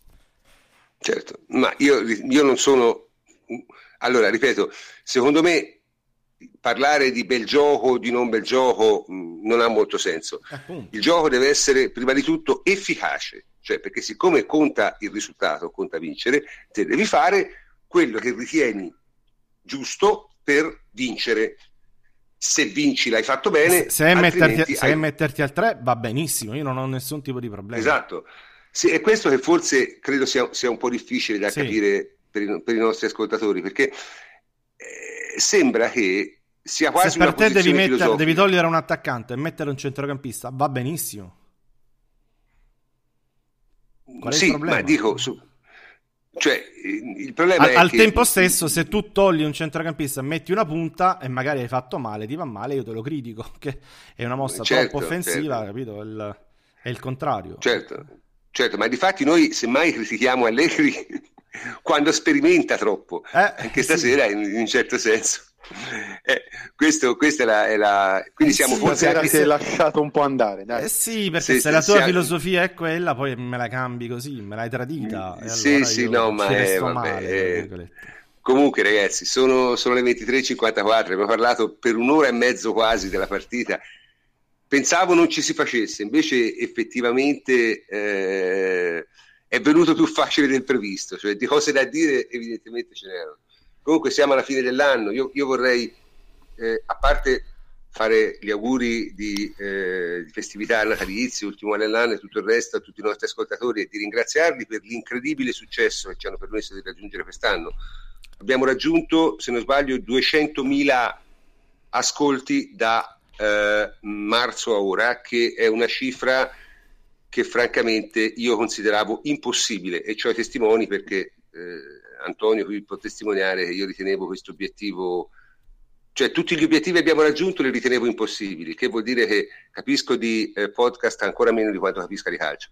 Certo, ma io non sono... Allora, ripeto, secondo me parlare di bel gioco, di non bel gioco, non ha molto senso. Il gioco deve essere prima di tutto efficace, cioè perché siccome conta il risultato, conta vincere, te devi fare quello che ritieni giusto per vincere. Se vinci l'hai fatto bene, se metterti al 3 va benissimo, io non ho nessun tipo di problema. Esatto, sì, è questo che forse credo sia un po' difficile da capire per i nostri ascoltatori, perché sembra che sia quasi una posizione filosofica. Se devi togliere un attaccante e mettere un centrocampista, va benissimo. Qual è il problema? Ma dico, cioè il problema è al che tempo stesso, se tu togli un centrocampista e metti una punta e magari hai fatto male, ti va male, io te lo critico, che è una mossa troppo offensiva, capito? È il contrario. Certo, ma difatti noi semmai critichiamo Allegri quando sperimenta troppo, anche stasera in un certo senso. Questa è la quindi siamo forse anche si è lasciato un po' andare, dai. Sì, perché se la tua filosofia è quella, poi me la cambi così, me l'hai tradita e comunque ragazzi, sono le 23:54, abbiamo parlato per un'ora e mezzo quasi della partita. Pensavo non ci si facesse, invece effettivamente è venuto più facile del previsto, cioè di cose da dire evidentemente ce n'erano. Comunque siamo alla fine dell'anno, io vorrei, a parte fare gli auguri di festività natalizie, ultimo anno dell'anno e tutto il resto a tutti i nostri ascoltatori e di ringraziarli per l'incredibile successo che ci hanno permesso di raggiungere quest'anno. Abbiamo raggiunto, se non sbaglio, 200.000 ascolti da marzo a ora, che è una cifra che francamente io consideravo impossibile e c'ho i testimoni perché Antonio qui può testimoniare che io ritenevo questo obiettivo cioè tutti gli obiettivi che abbiamo raggiunto li ritenevo impossibili, che vuol dire che capisco di podcast ancora meno di quanto capisca di calcio.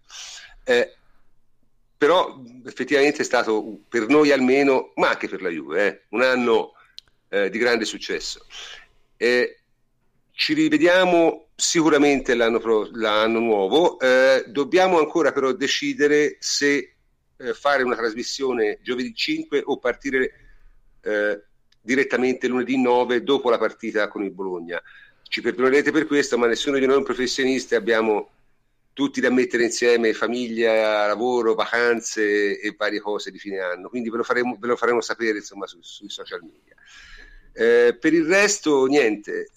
Però effettivamente è stato per noi almeno, ma anche per la Juve, un anno di grande successo. Ci rivediamo sicuramente l'anno nuovo, dobbiamo ancora però decidere se fare una trasmissione giovedì 5 o partire direttamente lunedì 9 dopo la partita con il Bologna. Ci perdonerete per questo, ma nessuno di noi è un professionista, abbiamo tutti da mettere insieme, famiglia, lavoro, vacanze e varie cose di fine anno, quindi ve lo faremo sapere, insomma, sui social media. Per il resto niente,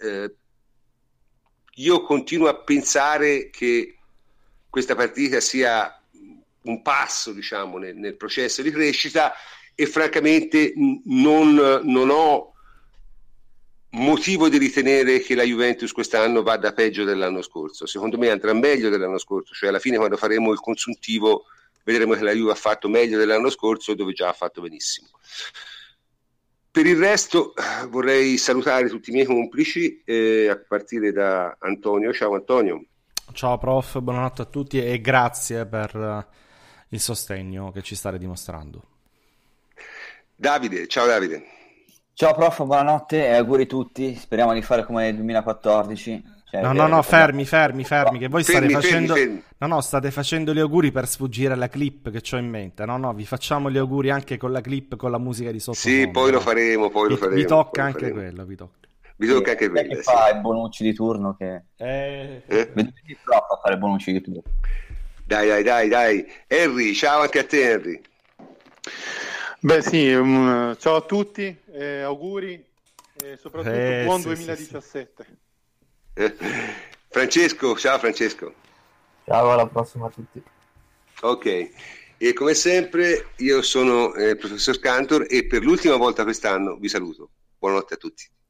io continuo a pensare che questa partita sia un passo, diciamo, nel processo di crescita, e francamente non ho motivo di ritenere che la Juventus quest'anno vada peggio dell'anno scorso. Secondo me andrà meglio dell'anno scorso, cioè alla fine quando faremo il consuntivo vedremo che la Juve ha fatto meglio dell'anno scorso, dove già ha fatto benissimo. Per il resto vorrei salutare tutti i miei complici, a partire da Antonio. Ciao Antonio. Ciao prof, buonanotte a tutti e grazie per il sostegno che ci state dimostrando. Davide, ciao Davide. Ciao prof, buonanotte e auguri a tutti, speriamo di fare come nel 2014. No, fermi, che voi state facendo... No, state facendo gli auguri per sfuggire alla clip che ho in mente. No, vi facciamo gli auguri anche con la clip, con la musica di sottofondo. Sì, poi lo faremo. Vi tocca anche quello, vi tocca. Vi tocca anche quello. Che fa il Bonucci di turno che... Vedete troppo a fare Bonucci di turno. Dai. Henry, ciao anche a te, Henry. Beh sì, ciao a tutti, auguri e soprattutto buon 2017. Sì. Francesco, ciao Francesco. Ciao, alla prossima a tutti. Ok, e come sempre io sono il professor Cantor e per l'ultima volta quest'anno vi saluto. Buonanotte a tutti.